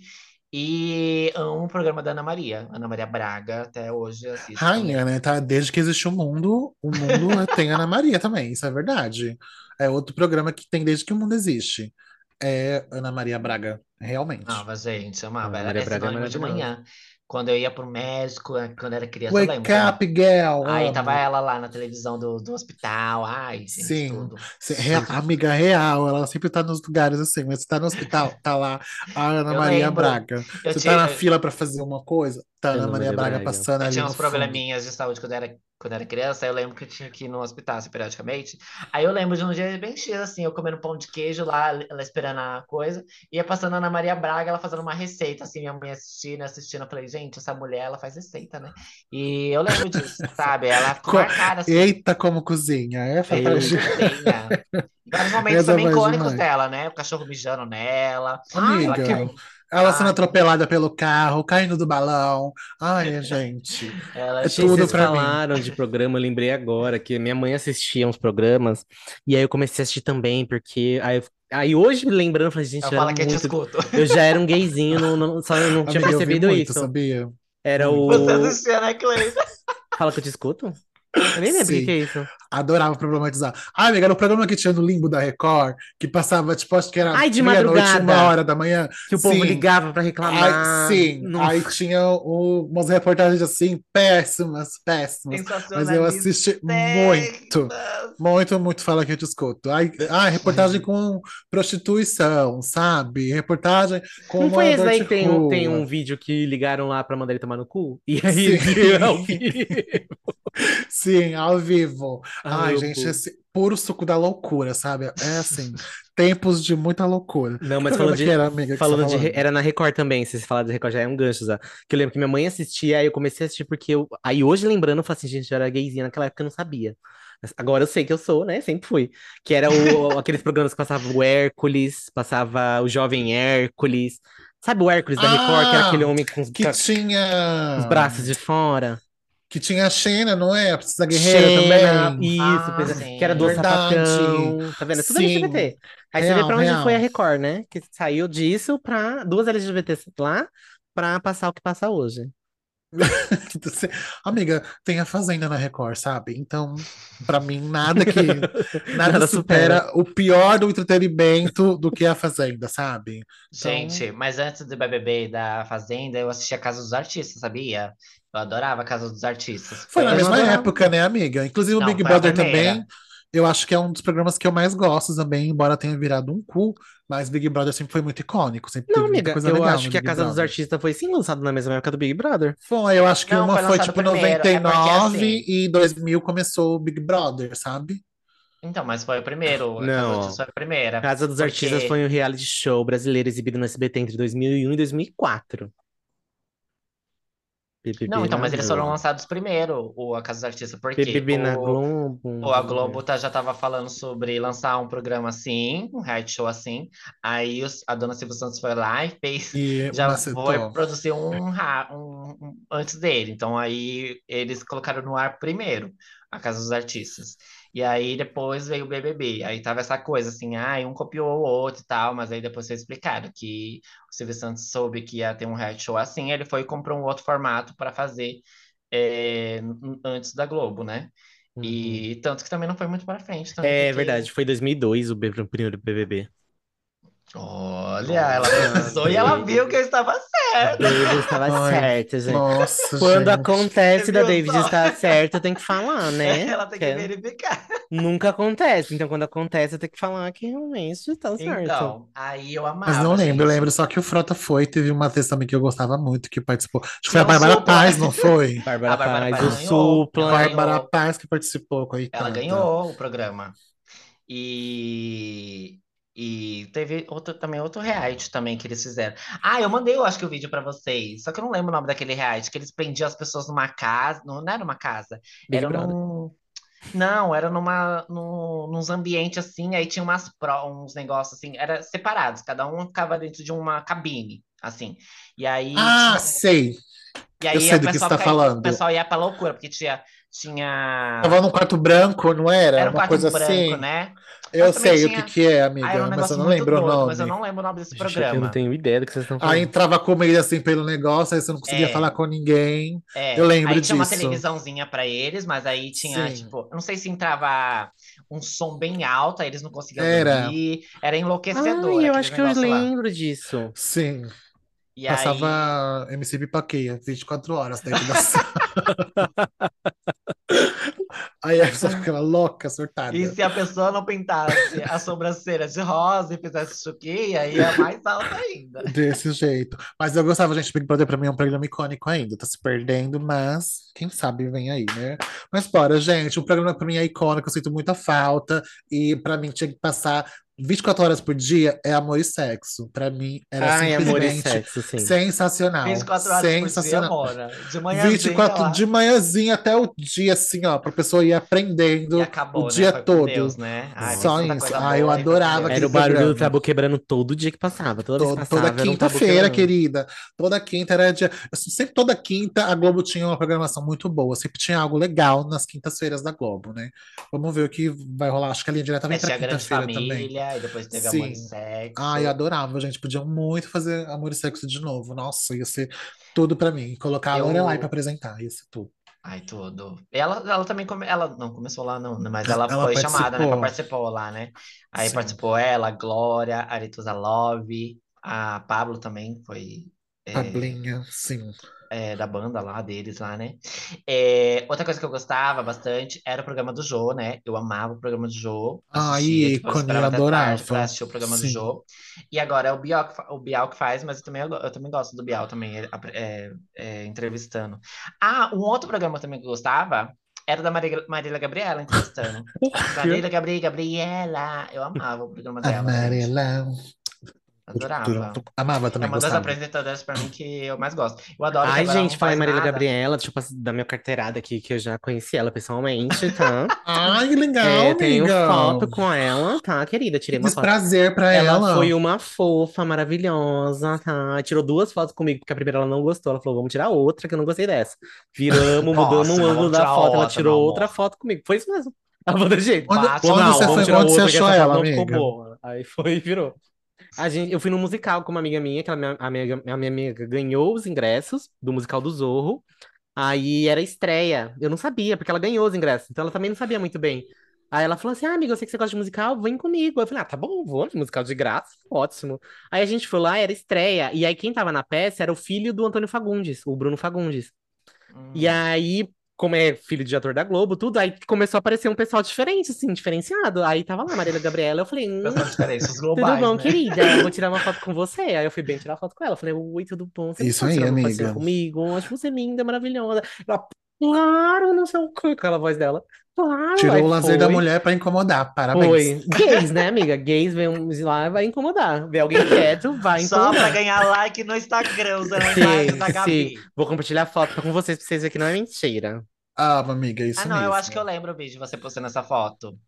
C: E amo o programa da Ana Maria. Ana Maria Braga, até hoje eu assisto
A: Rainha,
C: também.
A: né? Tá? Desde que existe o mundo, o mundo tem Ana Maria também, isso é verdade. É outro programa que tem desde que o mundo existe. É Ana Maria Braga. Realmente.
C: Amava, gente, amava.
B: Ah,
C: Era
B: Maria
C: é
B: Braga é
C: sinônimo de
B: maravilhosa.
C: manhã. Quando eu ia pro médico, né, quando era criança, eu
A: Wake
C: lembro também.
A: up, girl!
C: Aí tava
A: Amo.
C: ela lá na televisão do, do hospital. Ai, gente,
A: Sim,
C: tudo.
A: sim, rea- amiga real, ela sempre tá nos lugares assim, mas você tá no hospital, tá lá a Ana
C: Eu
A: Maria
C: lembro.
A: Braga.
C: Eu
A: Você tá
C: tinha,
A: na fila pra fazer uma coisa, tá a Ana
B: Ana
A: Maria
B: Maria
A: Braga
B: Braga.
A: passando
C: Eu
A: ali
C: tinha
A: no
C: uns
A: fundo.
C: probleminhas de saúde quando era, quando era criança, aí eu lembro que eu tinha que ir no hospital assim, periodicamente. Aí eu lembro de um dia bem X, assim, eu comendo pão de queijo lá, ela esperando a coisa, ia passando a Ana Maria Braga, ela fazendo uma receita, assim, minha mãe assistindo, assistindo, eu falei, gente, essa mulher, ela faz receita, né? E eu lembro disso, sabe? Ela ficou
A: Co-
C: marcada, assim,
A: Eita, como cozinha, essa
C: feita como
B: Ei,
A: faz,
C: cozinha. Vários momentos
A: essa
C: também
A: faz
C: icônicos
A: demais.
C: dela, né? O cachorro mijando nela,
B: ai,
C: ela
A: Amiga,
C: caindo.
A: ela sendo
C: Ai,
A: atropelada pelo carro, caindo do balão. Ai, gente,
C: ela,
A: é
B: gente,
A: tudo
B: vocês
C: tipo,
A: pra mim.
B: falaram de programa, eu lembrei agora que minha mãe assistia uns programas, e aí eu comecei a assistir também, porque aí, eu- aí hoje, lembrando, eu falei, gente,
C: ela
B: eu era
C: fala que eu te
B: muito.
C: escuto.
B: Eu já era um gayzinho, não, não- só eu não tinha
A: Amiga, eu vi
B: percebido
A: muito,
B: isso.
A: sabia?
B: Era
A: Muito.
C: Você
B: o.
C: assistia, né, Cleide?
B: Fala que eu te escuto? Eu nem lembro o que que
A: Sim.
B: é isso.
A: Adorava problematizar. Ah, amiga, era o programa que tinha no Limbo da Record, que passava, tipo, acho que era
B: Ai, de
A: meia-noite, uma
B: madrugada,
A: hora da manhã.
B: que o povo
A: Sim.
B: ligava pra
A: Aí,
B: reclamar.
A: sim.
B: Não...
A: Aí tinha o- umas reportagens assim, péssimas, péssimas. Mas eu
C: Sensacionalistas.
A: assisti muito. Muito, muito Fala Que Eu Te Escuto. Aí, ah, reportagem com prostituição, sabe? Reportagem com
B: Não foi esse
A: morador
B: daí
A: de
B: que tem um, tem um
A: rua.
B: vídeo que ligaram lá pra mandar ele tomar no cu? E aí
A: Sim.
B: eles iam ao vivo.
A: Sim, ao vivo.
B: Ai,
A: Ai,
B: eu
A: gente,
B: amo.
A: esse puro suco da loucura, sabe? É assim, tempos de muita loucura.
B: Não,
A: Que
B: mas falando
A: programa que
B: de.
A: era, amiga, que você tá
B: Falando de. Re-
A: falando?
B: Era na Record também, se você falar de Record já é um gancho já. Que eu lembro que minha mãe assistia, aí eu comecei a assistir porque eu. Aí hoje lembrando, eu falei assim, gente, eu era gayzinha naquela época eu não sabia. Mas agora eu sei que eu sou, né? Sempre fui. Que era o, aqueles programas que passava o Hércules, passava o Jovem Hércules. Sabe o Hércules da Record, que era aquele
A: Ah,
B: homem com os,
A: que
B: ca- os
A: tinha.
B: braços de fora?
A: Que tinha a Xena, não é? A Princesa Guerreira
B: Xena,
A: também.
B: isso,
C: Ah,
B: precisa- que era do
C: sim.
A: Verdade.
B: Sapatão, tá vendo? É tudo
A: Sim.
B: L G B T. Aí você vê
A: Real,
B: pra onde foi a
A: real.
B: Record, né? Que saiu disso pra duas L G B Ts lá pra passar o que passa hoje.
A: Você- Amiga, tem a Fazenda na Record, sabe? Então, pra mim, nada que nada
B: Nada supera.
A: supera o pior do entretenimento do que a Fazenda, sabe? Então,
C: Gente, mas antes do B B B e da Fazenda, eu assistia Casa dos Artistas, sabia? Eu adorava Casa dos Artistas.
A: foi
C: Foi
A: na
B: Eu não
C: antes
A: mesma
C: do...
B: adorava.
A: época, né, amiga? Inclusive o
C: Não,
A: Big
C: foi a
A: Brother também.
C: primeira.
A: Eu acho que é um dos programas que eu mais gosto também, embora tenha virado um cu, mas Big Brother sempre foi muito icônico, sempre
B: Não,
A: teve muita
B: amiga,
A: coisa
B: eu
A: legal
B: acho
A: no
B: que a
A: Big
B: Casa dos
A: Brother.
B: Artistas foi sim lançado na mesma época do Big Brother.
A: Foi, eu acho que
C: Não,
A: uma
C: foi
A: foi
C: lançado
A: tipo
C: primeiro. É porque assim.
A: noventa e nove e dois mil começou o Big Brother, sabe?
C: Então, mas foi o primeiro. A Casa dos
B: Não, ó.
C: Artistas foi a primeira.
B: Casa dos Artistas
C: Porque.
B: foi um reality show brasileiro exibido no S B T entre dois mil e um e dois mil e quatro.
C: Não,
B: B B B
C: então,
B: na
C: mas eles foram
B: Globo.
C: lançados primeiro, o A Casa dos Artistas. Por quê?
B: B B B na
C: O,
B: Globo,
C: o A
B: vamos
C: Globo
B: ver.
C: tá, já tava falando sobre lançar um programa assim, um reality show assim. Aí os- a dona Silvia Santos foi lá e fez.
A: E
C: Já foi
A: macetou.
C: produzir um, ra- um, um antes dele. Então aí eles colocaram no ar primeiro a Casa dos Artistas. E aí depois veio o B B B. Aí tava essa coisa assim, ah, um copiou o outro e tal, mas aí depois foi explicado que o Silvio Santos soube que ia ter um reality show assim, ele foi e comprou um outro formato para fazer é, n- antes da Globo, né?
B: Uhum.
C: E tanto que também não foi muito para frente também,
B: É
C: porque
B: verdade, foi dois mil e dois o B- o primeiro B B B.
C: olha, ela
B: Olha,
C: pesquisou e ela viu que eu
B: David.
C: estava certa.
B: David estava
A: Ai,
B: certa, gente.
A: nossa,
B: Quando
A: gente.
C: Você
B: acontece da
C: viu
B: David
C: só?
B: estar certa, tem que falar, né?
C: Ela tem
B: Que
C: que
B: é-
C: verificar.
B: nunca acontece. Então, quando acontece, eu tenho que falar que realmente está certo.
C: Então, aí eu
A: Mas não
C: amava,
A: lembro, eu
C: gente.
A: lembro só que o Frota foi, teve uma atriz também que eu gostava muito, que participou. Acho que foi a
C: Tinha o
A: Bárbara
C: Supla.
A: Paz, não foi?
C: A
B: Bárbara
C: Bárbara
B: Paz,
C: Paz
B: o
C: ganhou. Ela
B: Supla.
A: Bárbara
C: ganhou.
A: Paz que participou,
C: Ela
A: coitada.
C: ganhou o programa. E, e teve outro, também outro reality também que eles fizeram. Ah, eu mandei, eu acho que o vídeo pra vocês. Só que eu não lembro o nome daquele reality, que eles prendiam as pessoas numa casa. Não, não era numa casa.
B: Big
C: Era
B: Brother.
C: num. Não, era numa, num, nos ambientes assim, aí tinha umas pro, uns negócios assim, era separados, cada um ficava dentro de uma cabine, assim. E aí
A: Ah,
C: tinha.
A: sei.
C: E
A: Eu
C: aí
A: sei
C: o
A: do que você
C: pessoal
A: está
C: fica, o
A: falando.
C: pessoal ia pra loucura, porque tinha, tinha
A: Tava num quarto branco, não era?
C: era um
A: Uma
C: quarto
A: coisa
C: branco,
A: assim.
C: né?
A: Eu
C: Mas também
A: sei o que
C: tinha.
A: que é,
C: Ah, era um
A: amiga, mas eu
C: negócio
A: não
C: muito
A: lembro o
C: doido, mas eu
A: nome.
C: não lembro o nome desse
B: Gente, eu não
C: programa.
B: tenho ideia do que vocês estão
A: Aí
B: falando.
A: entrava comida assim pelo negócio, aí você não conseguia falar
C: É,
A: com ninguém. Eu
C: é. Aí
A: lembro
C: tinha uma
A: disso.
C: televisãozinha pra eles, mas aí tinha,
A: Sim,
C: tipo, eu não sei se entrava um som bem alto, aí eles não conseguiam
A: era.
C: dormir. Era
B: Ai,
C: enlouquecedor
B: eu
C: aquele
B: acho que eu
C: negócio lá.
B: lembro disso.
A: Sim.
C: E aí.
A: Passava M C Pipoquinha vinte e quatro horas dentro da sala. Aí a pessoa ficava louca,
C: E
A: surtada.
C: se a pessoa não pintasse a sobrancelha de rosa e fizesse chuquinha, ia mais alto ainda.
A: Desse jeito. Mas eu gostava, gente. Big Brother pra mim é um programa icônico ainda. Tá se perdendo, mas quem sabe vem aí, né? Mas bora, gente. O programa pra mim é icônico, eu sinto muita falta. E pra mim tinha que passar vinte e quatro horas por dia é amor e sexo. Pra mim era
B: Ai, amor e
A: simplesmente
B: sexo, sim.
C: vinte e
A: sensacional.
C: quatro horas por dia,
A: Sensacional.
C: Mona. De
A: vinte e
C: manhãzinha
A: quatro
C: lá.
A: de manhãzinha até o dia, assim, ó, pra pessoa ir
C: E
A: aprendendo o
C: acabou, né?
A: dia
C: Foi com
A: todo.
C: Deus, né? Ai, fez
A: Só
C: tanta
A: isso.
C: coisa
A: Ah, eu
C: boa e foi com
A: adorava
B: Era
A: aquele
B: o
C: Deus.
B: barulho do
A: programa.
B: tabu quebrando todo dia que passava. Toda vez que
A: To- Toda
B: passava, era um tabu
A: quinta-feira,
B: quebrando.
A: querida. Toda quinta era dia. Sempre toda quinta a Globo tinha uma programação muito boa. Sempre tinha algo legal nas quintas-feiras da Globo, né? Vamos ver o que vai rolar. Acho que a linha direta vem
C: É,
A: pra
C: tinha Grande
A: quinta-feira também.
C: Família, e depois teve Amor e
A: Sim. Ai, eu
C: Sexo.
A: adorava, gente. Podia muito fazer Amor e Sexo de novo. Nossa, ia ser tudo pra mim. Colocar a Lorelai pra
C: Eu.
A: apresentar, ia ser tudo.
C: Ai, tudo. Ela, ela também come... ela não começou lá, não, né? Mas ela
A: Ela
C: foi chamada, né, pra
A: participou.
C: participar lá, né? Aí
A: Sim.
C: participou ela, a Glória, a Aretusa Love, a Pablo também foi. é,
A: Pablinha, sim.
C: é, da banda lá, deles lá, né? É, outra coisa que eu gostava bastante era o programa do Jô, né? Eu amava o programa do Jô,
A: Ai,
C: assistia, tipo, eu
A: ícone, eu
C: esperava até tarde pra
A: adorava.
C: assistir o programa do
A: Sim.
C: Jô. E agora é o Bial que, fa- o Bial que faz, mas eu também, eu também gosto do Bial também, é, é, é, entrevistando. Ah, um outro programa também que eu gostava era da Marília, Marília Gabriela entrevistando.
A: Por quê?
C: Marília Gabriela, Gabriela, eu amava o programa dela, gente.
A: Amarela.
C: Adorava.
A: Amava
C: É
A: também,
C: uma das
A: gostava.
C: apresentadoras pra mim que eu mais gosto. Eu adoro que
B: Ai,
C: agora ela
B: gente,
C: não
B: falar em
C: faz
B: Marília
C: nada.
B: Gabriela, deixa eu passar da minha carteirada aqui, que eu já conheci ela pessoalmente, tá?
A: Ai, que legal,
B: É, tenho
A: amiga.
B: foto com ela, tá, querida?
A: Que
B: Tirei uma foto.
A: desprazer pra
B: Ela
A: ela.
B: foi uma fofa, maravilhosa, tá? Tirou duas fotos comigo, porque a primeira ela não gostou. Ela falou, vamos tirar outra, que eu não gostei dessa. Viramos, mudamos o
C: Próxima,
B: ângulo
C: vamos
B: da
C: tirar
B: foto. Ela
C: outra, meu
B: tirou outra
C: amor.
B: foto comigo. Foi isso mesmo. Ela falou, jeito.
A: Onde,
C: Bate
B: Falou,
C: o
A: onde
B: não,
A: você
B: vamos
A: foi?
B: tirar
C: ponto.
A: Onde você
B: outra, que
A: achou
B: essa foto
A: ela,
B: não ficou
A: amiga?
B: boa. Aí foi e virou. A gente, eu fui no musical com uma amiga minha, que ela, minha, a, minha, a minha amiga ganhou os ingressos do musical do Zorro. Aí era estreia. Eu não sabia, porque ela ganhou os ingressos. Então ela também não sabia muito bem. Aí ela falou assim: Ah, amiga, eu sei que você gosta de musical, vem comigo. Eu falei: Ah, tá bom, vou, né? Musical de graça, ótimo. Aí a gente foi lá, era estreia. E aí quem tava na peça era o filho do Antônio Fagundes, o Bruno Fagundes. E
C: Hum,
B: aí, como é filho de ator da Globo, tudo, aí começou a aparecer um pessoal diferente, assim, diferenciado. Aí tava lá, Marília Gabriela. Eu falei: Hum,
C: Pessoal diferente, os
B: tudo
C: globais,
B: bom,
C: né?
B: querida? Vou tirar uma foto com você. Aí eu fui bem tirar foto com ela. Eu falei: Oi, tudo bom? Você não
A: Isso
B: pode
A: aí,
B: tirar uma fotinha
A: amiga.
B: comigo? Acho você linda, maravilhosa. Ela, claro, não sei o que, com aquela voz dela. Claro, aí
A: Tirou o lazer da
B: foi.
A: mulher pra incomodar. Parabéns.
B: Foi. Gays, né, amiga? Gays vem de lá, vai incomodar. Ver alguém quieto, vai
C: Só pra
B: incomodar.
C: ganhar like no Instagram, usando a imagem
B: Sim,
C: da
B: sim.
C: Gabi.
B: Vou compartilhar foto com vocês, pra vocês verem que não é mentira.
A: Ah, amiga, é
C: Ah,
A: isso
C: não, eu acho que eu
A: mesmo.
C: lembro o vídeo de você postando essa foto.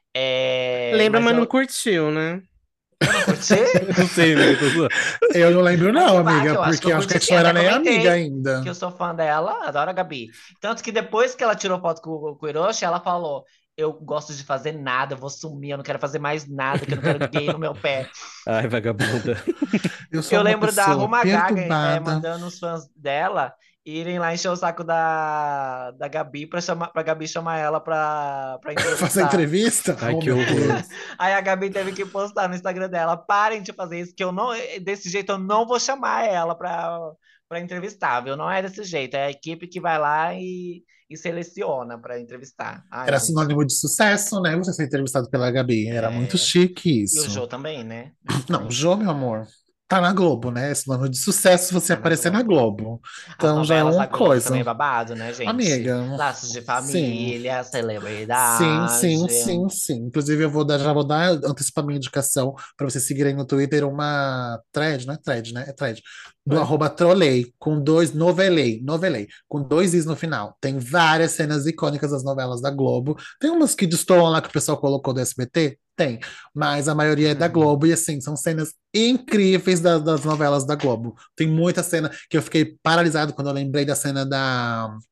C: É,
B: Lembra,
C: mas
B: mas não
C: eu,
B: curtiu, né?
C: eu não curti?
B: Não sei, amiga, tô zoando.
A: Eu não lembro,
C: Ai,
A: não,
C: que vai, que
A: amiga,
C: eu acho que
A: porque
C: eu
A: acho que
C: curti
A: a gente
C: sim.
A: não era
C: Até
A: nem amiga
C: comentei
A: ainda.
C: que eu sou fã dela, adoro a Gabi. Tanto que depois que ela tirou foto com, com o Hiroshi, ela falou: Eu gosto de fazer nada, eu vou sumir, eu não quero fazer mais nada, que eu não quero gay no meu pé.
B: Ai, vagabunda.
A: Eu sou
C: Eu
A: uma
C: lembro da
A: pessoa
C: Ruma Gaga é,
A: perturbada.
C: mandando os fãs dela irem lá encher o saco da, da Gabi pra, chamar, pra Gabi chamar ela pra, pra
A: Fazer
C: entrevistar.
A: entrevista?
B: Ai,
A: Oh,
B: que
A: meu
B: horror.
A: Deus.
C: Aí a Gabi teve que postar no Instagram dela: parem de fazer isso, que eu não. Desse jeito eu não vou chamar ela pra, pra entrevistar, viu? Não é desse jeito. É a equipe que vai lá e, e seleciona pra entrevistar. Ai,
A: Era
C: gente.
A: sinônimo de sucesso, né? Você ser entrevistado pela Gabi. Era muito
C: É.
A: chique
C: E o
A: isso.
C: Jô também, né? Meu
A: Não,
C: pai.
A: Jô, meu amor, tá na Globo, né? Esse nome de sucesso você
C: Tá na
A: aparecer na
C: Globo.
A: Globo.
C: As
A: Então já é
C: novelas da
A: uma
C: Globo
A: coisa.
C: também é babado, né, gente?
A: Amiga,
C: Laços de
A: sim.
C: família,
A: Sim, sim,
C: celebridade.
A: sim, sim. Inclusive, eu vou dar, já vou dar antecipar minha indicação para vocês seguirem no Twitter uma thread, não é thread, né? É thread. Do
B: Ué?
A: arroba Trolei, com dois, novelei, novelei, com dois is no final. Tem várias cenas icônicas das novelas da Globo. Tem umas que destoam lá que o pessoal colocou do S B T? Tem. Mas a maioria é da Globo, e assim, são cenas incríveis das, das novelas da Globo. Tem muita cena que eu fiquei paralisado quando eu lembrei da cena da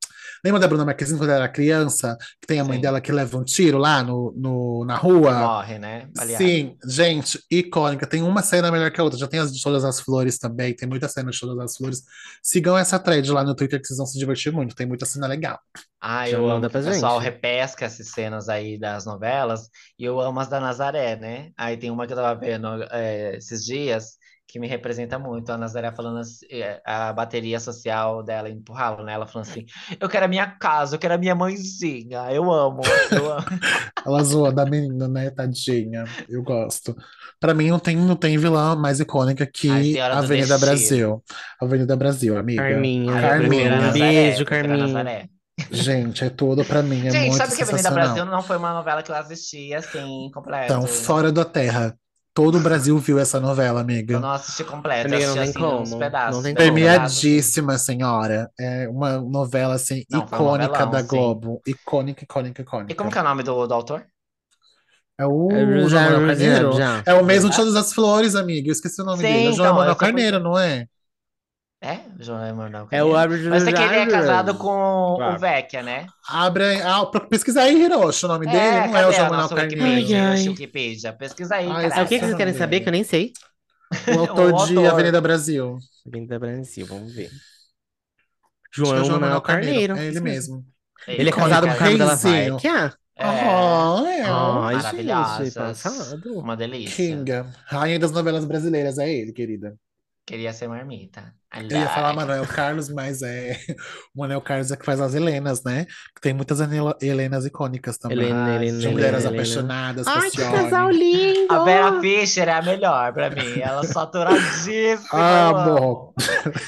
A: Lembra da Bruna Marquezine quando ela era criança? Que tem a mãe
C: Sim.
A: dela que leva um tiro lá no, no, na
C: Que
A: rua?
C: morre, né? Baleada.
A: Sim, gente, icônica. Tem uma cena melhor que a outra. Já tem as de Todas as Flores também. Tem muita cena de Todas as Flores. Sigam essa thread lá no Twitter que vocês vão se divertir muito. Tem muita cena legal.
C: Ah,
B: Já
C: eu amo
B: manda
C: que o
B: pra
C: pessoal
B: gente.
C: repesca essas cenas aí das novelas, e eu amo as da Nazaré, né? Aí tem uma que eu tava vendo é, esses dias, que me representa muito, a Nazaré falando assim, é, a bateria social dela indo pro ralo, né? Ela falando assim, eu quero a minha casa, eu quero a minha mãezinha, eu amo, eu amo.
A: Ela zoa da menina, né? Tadinha. Eu gosto. Pra mim, não tem, não tem vilã mais icônica
C: Ai,
A: que
C: Senhora do
A: Avenida
C: Destino.
A: Brasil. Avenida Brasil, amiga.
C: Ai,
B: Carminha,
C: eu prefiro a
B: um
A: Carminha.
C: Nazaré,
B: beijo,
C: prefiro a
B: Carminha.
C: Nazaré.
A: Gente, é tudo pra mim. É
C: Gente,
A: muito
C: sabe que Avenida Brasil
A: sensacional.
C: não foi uma novela que eu assisti, assim,
A: Então,
C: completo?
A: fora da terra. Todo o Brasil viu essa novela,
C: Eu
A: amiga.
C: não assisti completo, eu
B: Amiga, não
C: assisti,
B: tem
C: assim, uns
B: como. Não
C: pedaços,
B: tem
C: pedaços,
B: como.
C: pedaços, assim.
A: Premiadíssima, senhora. É uma novela, assim,
C: Não, foi um
A: icônica
C: novelão,
A: da
C: sim.
A: Globo. Icônica, icônica,
C: E como
A: icônica.
C: que é o nome do, do autor?
A: É o João
B: Já,
A: Manuel
B: já,
A: Carneiro?
B: já.
A: É o mesmo de
C: José?
A: Todas as Flores, amiga. Eu esqueci o nome dele. É
C: Sim,
A: o João
C: então, eu
A: Manuel
C: sei
A: Carneiro,
C: porque.
A: não é?
C: É, João Emanuel
B: É o
C: Carneiro. Mas eu sei que ele é casado
B: Abjurajuraj.
C: com o
B: Ah.
C: Vecchia, né?
A: Abre, ah, pra pesquisar aí, Hiroshi, o nome dele.
C: É,
A: Não é o
C: cadê
A: João
C: a
A: Manuel
C: nossa
B: Ai,
C: Wikipedia?
A: Carneiro.
C: Hiroshi
B: ai.
C: Wikipedia. Pesquisa aí,
A: Ah, eu
B: É o que que
A: esqueci o
C: caralho.
B: vocês
A: nome
B: querem saber que eu
A: dele.
B: nem sei?
A: O autor
C: O
A: de
C: autor.
A: Avenida Brasil.
B: Avenida Brasil, vamos ver.
A: Acho que é o
B: João
A: João
B: Manuel
A: Manuel Carneiro.
B: Carneiro,
A: É ele
B: isso mesmo.
A: mesmo.
B: Ele é
C: Ele, ele é
B: casado
A: Icônico,
B: com
C: casado.
B: Camila
A: reizinho.
B: Vecchia?
C: É,
A: Ah, é.
B: Ai, gente,
C: maravilhosas.
B: passado.
C: Uma delícia.
A: Kinga. Rainha das novelas brasileiras, é ele, querida.
C: Queria ser marmita. I
A: Eu ia falar
C: lie.
A: Manuel Carlos, mas é. O Manuel Carlos é que faz as Helenas, né? Tem muitas Anela- Helenas icônicas também.
B: Helena,
C: Ai,
B: Helena,
A: De
B: Helena,
A: Mulheres
C: sim.
B: Helena.
A: Apaixonadas,
B: Ai, que casal
A: Cassiane.
B: lindo!
C: A Vera Fischer é a melhor pra mim. Ela saturadíssima, eu
A: Amo.
C: amo.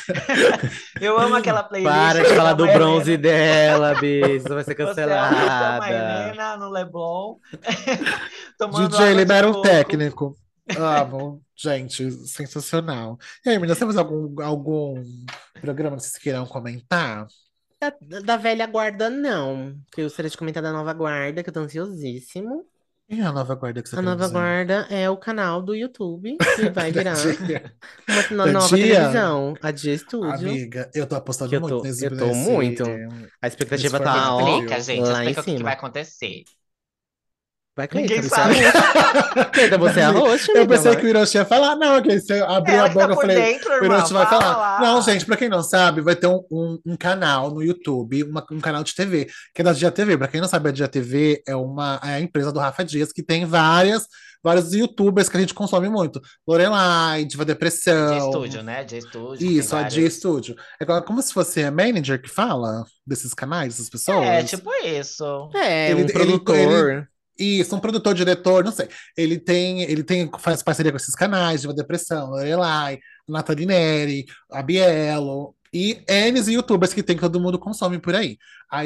C: Eu amo aquela playlist
B: Para de
C: que
B: falar
C: chama
B: do bronze
C: Helena.
B: dela, bicho. Você vai ser
C: Você é, você é uma
B: cancelada.
C: Helena no Leblon, tomando
A: D J
C: água de
A: libera um
C: coco.
A: técnico. Amo. Gente, sensacional. E aí, meninas, temos algum, algum programa que vocês queiram comentar?
B: Da, da velha guarda, não. Que eu gostaria de comentar da nova guarda, que eu tô ansiosíssimo.
A: E a nova guarda que você
B: A
A: quer
B: nova
A: dizer?
B: guarda é o canal do YouTube que vai
A: Da
B: virar
A: dia.
B: uma no-
A: Da
B: nova
A: dia?
B: televisão, a Dia Studio.
A: Amiga, eu tô
B: Que
A: apostando
B: eu
A: muito
B: tô,
A: nesse,
B: eu tô
A: nesse,
B: muito. A
A: nesse
B: expectativa tá,
A: formato,
B: ó,
C: Explica,
A: viu?
C: gente,
B: lá em
C: explica o que que vai
B: cima.
C: acontecer.
B: Vai,
C: Ninguém
B: Cleita, você é a
C: sabe.
B: host. Cleita, você é a
A: Assim,
B: host,
A: eu
B: amiga,
A: pensei que
B: vai.
A: o Hiroshi ia falar, não, que você abriu a
C: Ela que tá
A: boca, eu
C: por
A: falei,
C: dentro,
A: o
C: irmã,
A: Hiroshi vai
C: fala
A: falar. Não,
C: lá.
A: gente, pra quem não sabe, vai ter um, um, um canal no YouTube, uma- um canal de T V, que é da Dia T V. Pra quem não sabe, a Dia T V é uma é a empresa do Rafa Dias, que tem várias, vários YouTubers que a gente consome muito. Lorelai, Diva
C: É de
A: Depressão,
C: estúdio, né? De estúdio, tem
A: isso, a Dia
C: vários.
A: Studio. É como como se fosse a manager que fala desses canais, dessas
C: É,
A: pessoas.
C: tipo isso.
B: É,
A: Ele,
B: um
A: ele, ele,
B: produtor.
A: isso, um produtor, diretor, não sei. Ele tem, ele tem, faz parceria com esses canais, Diva Depressão, Lorelai, Nathalie Neri, a Bielo, e N YouTubers que tem, que todo mundo consome por aí.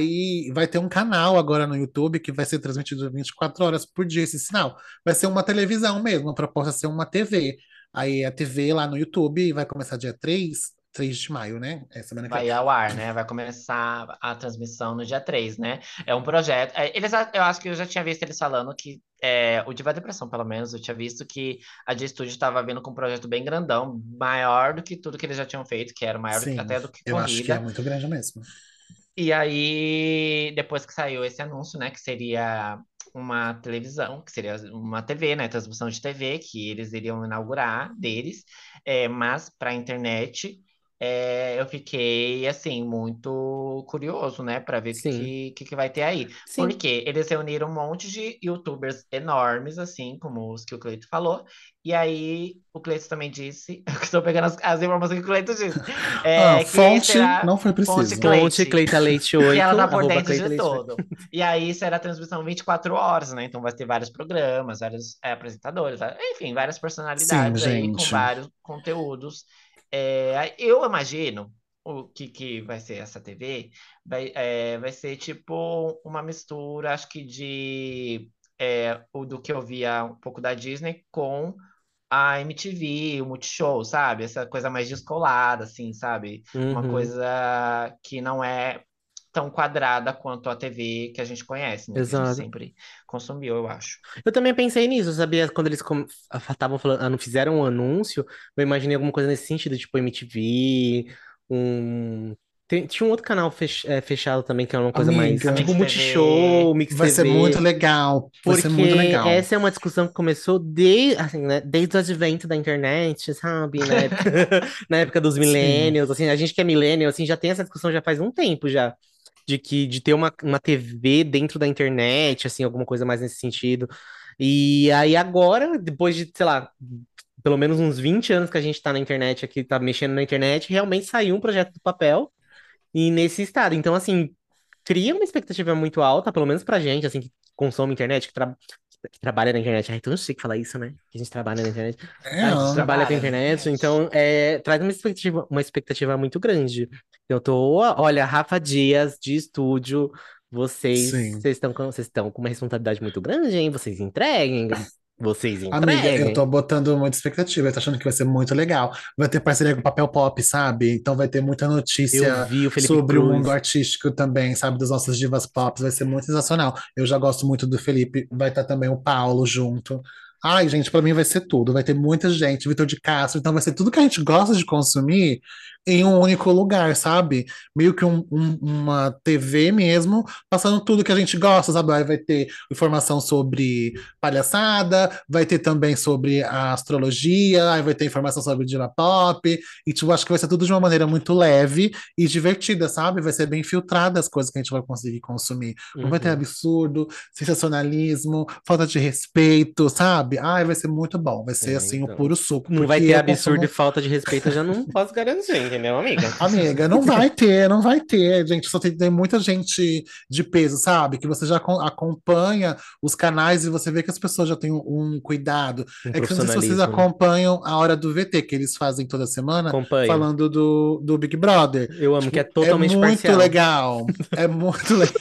A: Aí vai ter um canal agora no YouTube que vai ser transmitido vinte e quatro horas por dia esse sinal. Vai ser uma televisão mesmo, a proposta é ser uma T V. Aí a T V lá no YouTube vai começar dia três três de maio, né? É semana que vem.
C: Vai ao ar, né? Vai começar a transmissão no dia três, né? É um projeto. é, Eles, eu acho que eu já tinha visto eles falando que é, o Diva Depressão, pelo menos, eu tinha visto que a G Studio estava vindo com um projeto bem grandão, maior do que tudo que eles já tinham feito, que era maior do que-
A: Sim,
C: até do que
A: eu acho que é
C: Corrida.
A: muito grande mesmo.
C: E aí, depois que saiu esse anúncio, né, que seria uma televisão, que seria uma T V, né, transmissão de T V, que eles iriam inaugurar deles, é, mas para a internet, é, eu fiquei, assim, muito curioso, né, para ver o que,
B: Sim,
C: que, que que vai ter aí.
B: sim.
C: Porque eles reuniram um monte de YouTubers enormes, assim, como os que o Cleito falou, e aí o Cleito também disse, eu estou pegando as, as informações que o Cleito disse,
A: Ah,
C: é, que
A: fonte
C: será
A: não foi
C: Fonte
A: preciso.
B: Fonte
C: Cleite,
B: Cleita Leite
C: que ela
B: oito
C: tá por
B: arroba
C: dentro
B: Cleita
C: de
B: Leite oito.
C: tudo. E aí será transmissão vinte e quatro horas, né? Então vai ter vários programas, vários é, apresentadores, é, enfim, várias
A: Sim,
C: personalidades aí com
A: gente.
C: vários conteúdos. É, eu imagino o que, que vai ser essa T V, vai, é, vai ser tipo uma mistura, acho que de é, o do que eu via um pouco da Disney com a M T V, o Multishow, sabe? Essa coisa mais descolada, assim, sabe? Uma
B: Uhum,
C: coisa que não é tão quadrada quanto a T V que a gente conhece, né? Que a gente
B: exato.
C: sempre consumiu, eu acho.
B: Eu também pensei nisso, sabia? Quando eles estavam falando, ah, não fizeram um anúncio, eu imaginei alguma coisa nesse sentido, tipo M T V, um Tem- tinha um outro canal fech- é, fechado também, que é uma coisa mais
A: Amiga,
C: A
B: tipo
C: Mix T V.
B: Multishow, Mix
A: vai ser muito
B: T V.
A: legal. Vai ser muito
B: Porque
A: legal.
B: essa é uma discussão que começou de, assim, né, desde o advento da internet, sabe? Na época, na época dos
A: Sim.
B: millennials, assim, a gente que é millennial, assim, já tem essa discussão já faz um tempo já, de que de ter uma, uma T V dentro da internet, assim, alguma coisa mais nesse sentido. E aí agora, depois de, sei lá, pelo menos uns vinte anos que a gente tá na internet aqui, tá mexendo na internet, realmente saiu um projeto do papel e nesse estado. Então, assim, cria uma expectativa muito alta, pelo menos pra gente, assim, que consome internet, que, tra- que trabalha na internet. Ai, é tão chique falar isso, né? Que a gente trabalha na internet.
A: É,
B: A
C: A gente
B: gente trabalha com a
C: trabalha na
B: internet,
C: internet.
B: então é, traz uma expectativa, uma expectativa muito grande. Eu tô, olha, Rafa Dias, de estúdio, vocês,
A: sim.
B: vocês estão com, vocês estão com uma responsabilidade muito grande, hein? Vocês entreguem, vocês
A: Amiga, eu tô
B: entreguem.
A: botando muita expectativa, eu tô achando que vai ser muito legal. Vai ter parceria com o Papel Pop, sabe? Então vai ter muita
B: Eu
A: notícia
B: vi o Felipe
A: sobre o mundo
B: Cruz.
A: artístico também, sabe? Das nossas divas pop, vai ser muito sensacional. Eu já gosto muito do Felipe, vai estar também o Paulo junto. Ai, gente, pra mim vai ser tudo. Vai ter muita gente, Vitor de Castro, então vai ser tudo que a gente gosta de consumir em um único lugar, sabe? Meio que um- um- uma T V mesmo, passando tudo que a gente gosta, sabe? Aí vai ter informação sobre palhaçada, vai ter também sobre a astrologia, aí vai ter informação sobre diva pop, e tipo, acho que vai ser tudo de uma maneira muito leve e divertida, sabe? Vai ser bem filtrada as coisas que a gente vai conseguir consumir. Não vai ter
B: Uhum.
A: absurdo, sensacionalismo, falta de respeito, sabe? Ai, vai ser muito bom, vai ser
B: É,
A: assim o
B: então.
A: puro suco,
B: Não vai
A: porque
B: ter
A: eu
B: absurdo e
A: consumo.
B: falta de respeito, eu já não posso garantir, entendeu, amiga?
A: Amiga, não vai ter, não vai ter, gente. Só tem, tem muita gente de peso, sabe? Que você já acom- acompanha os canais e você vê que as pessoas já têm um, um cuidado.
B: Um
A: É que eu não sei se vocês
B: profissionalismo, né?
A: acompanham a Hora do V T, que eles fazem toda semana,
B: Acompanho.
A: falando do, do Big Brother.
B: Eu amo, que é
A: Tipo, é
B: totalmente
A: muito
B: parcial.
A: legal. É muito, le-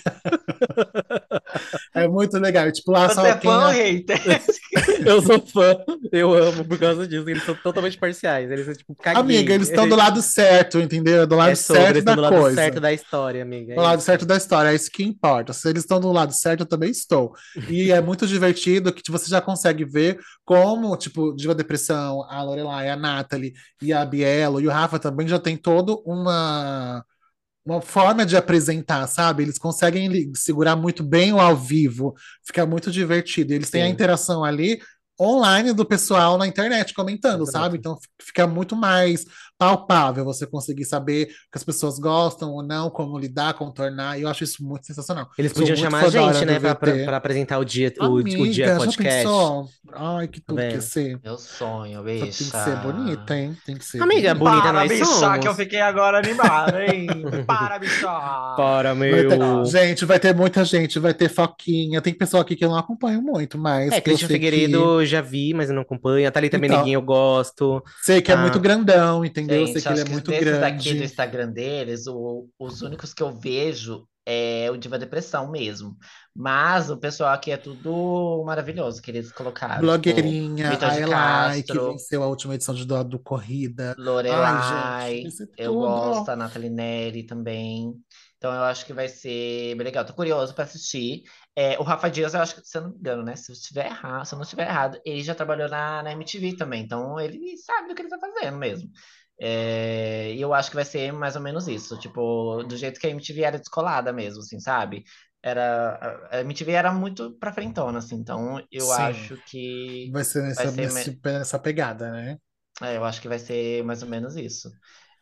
A: é muito legal. E, tipo, lá
C: Você
A: só
C: é
A: quem.
C: fã ou hater?
B: Eu sou fã, eu amo por causa disso. Eles são totalmente parciais. Eles são tipo,
A: Amiga,
B: caguei.
A: eles estão do lado certo, entendeu? Do
B: É
A: lado
B: sobre, eles
A: certo
B: estão
A: da
B: do lado certo
A: coisa.
B: da história, amiga. É
A: Do lado
B: isso.
A: certo da história, é isso que importa. Se eles estão do lado certo, eu também estou. E é muito divertido que tipo, você já consegue ver como, tipo, Diva Depressão, a Lorelai, a Nathalie e a Bielo e o Rafa também já tem todo uma uma forma de apresentar, sabe? Eles conseguem li- segurar muito bem o ao vivo, fica muito divertido. Eles têm a
B: Sim,
A: interação ali online do pessoal na internet comentando, sabe?
B: exato.
A: Então f- fica muito mais palpável você conseguir saber o que as pessoas gostam ou não, como lidar, contornar, e eu acho isso muito sensacional.
B: Eles
A: Sou
B: podiam
A: muito
B: chamar a
A: fã da
B: gente,
A: Hora do
B: né, pra, pra,
A: V T.
B: pra apresentar o dia, o, o dia
A: Amiga, já
B: podcast.
A: pensou? Ai, que
B: Tá
A: tudo que ia
B: vendo?
A: ser.
C: Meu sonho,
A: Só tem que ser
C: bicha.
A: bonita, hein? Tem que ser
B: Amiga, bonita
A: bonita.
C: Para,
B: nós
C: bicha, que eu
B: somos.
C: fiquei agora animada, hein? Para, bicha.
B: Para,
A: Vai ter-
C: Ah,
B: meu.
A: gente, vai ter muita gente, vai ter Foquinha. Tem pessoa aqui que eu não acompanho muito, mas
B: É,
A: que eu
B: Christian
A: sei que.
B: Figueiredo eu já vi, mas eu não acompanho. A Thalita Meneguinho
A: Então,
B: eu gosto.
A: sei que é muito
B: Ah,
A: grandão, entendeu? Sei
C: gente,
A: que ele é
C: acho que
A: muito
C: desses daqui do
A: grande.
C: Instagram deles, o- os únicos que eu vejo é o Diva Depressão mesmo. Mas o pessoal aqui é tudo maravilhoso que eles colocaram. Tipo,
A: Blogueirinha,
C: Vitor
A: a
C: de
A: Elai, que
C: Castro,
A: venceu a última edição de do, do Corrida. Ai, gente, vai
C: Lorelai,
A: ser
C: eu gosto,
A: tudo.
C: a Nathalie Neri também. Então eu acho que vai ser bem legal. Tô curioso para assistir. É, o Rafa Dias, eu acho que, se eu não me engano, né? Se eu estiver errado, se eu não estiver errado, ele já trabalhou na, na M T V também. Então ele sabe do que ele tá fazendo mesmo. É, e eu acho que vai ser mais ou menos isso. Tipo, do jeito que a M T V era descolada mesmo, assim, sabe? Era, a a M T V era muito pra frentona, assim. Então eu
A: Sim,
C: acho que
A: vai ser
C: vai
A: nessa,
C: ser.
A: nesse- nessa pegada, né?
C: É, eu acho que vai ser mais ou menos isso.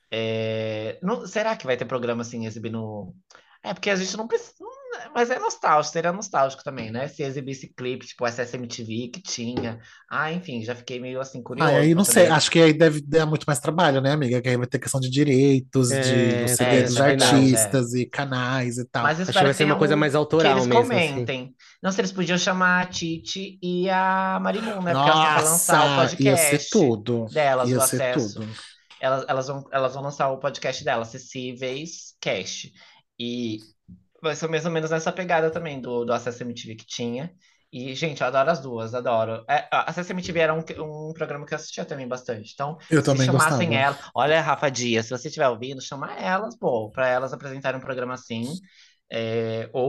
C: É, não- será que vai ter programa assim exibindo? É porque a gente não precisa. Mas é nostálgico, seria nostálgico também, né? Se exibisse clipe, tipo S S M T V que tinha. Ah, enfim, já fiquei meio assim
A: Ah, e
C: curioso
A: aí
C: pra
A: não sei,
C: saber.
A: acho que aí deve dar muito mais trabalho, né, amiga? Que aí vai ter questão de direitos, de, dos
B: é,
C: É,
B: tem
A: C Ds
C: isso
A: de
C: é
B: essa parte.
C: verdade, é.
A: artistas e canais e tal.
C: Mas eu
B: Acho que
C: espero
B: vai
C: que
B: ser
C: tenha
B: uma coisa
C: um.
B: mais
C: Que
B: autoral
C: eles
B: mesmo, assim.
C: comentem. Não sei, eles podiam chamar a Titi e a Marimun, né? Porque elas estão pra lançar o
A: Nossa, ia ser
C: podcast
A: tudo.
C: delas,
A: Ia
C: o
A: ser
C: acesso.
A: tudo.
C: Elas, elas vão, elas vão lançar o podcast dela, Acessíveis Cast. E vai ser mais ou menos nessa pegada também do, do Acesso M T V que tinha. E, gente, eu adoro as duas, adoro. É, a Acesso M T V era um, um programa que eu assistia também bastante. Então,
A: Eu
C: se
A: também
C: chamassem
A: gostava.
C: ela, olha, Rafa Dias, se você estiver ouvindo, chama elas, pô, para elas apresentarem um programa assim. É, ou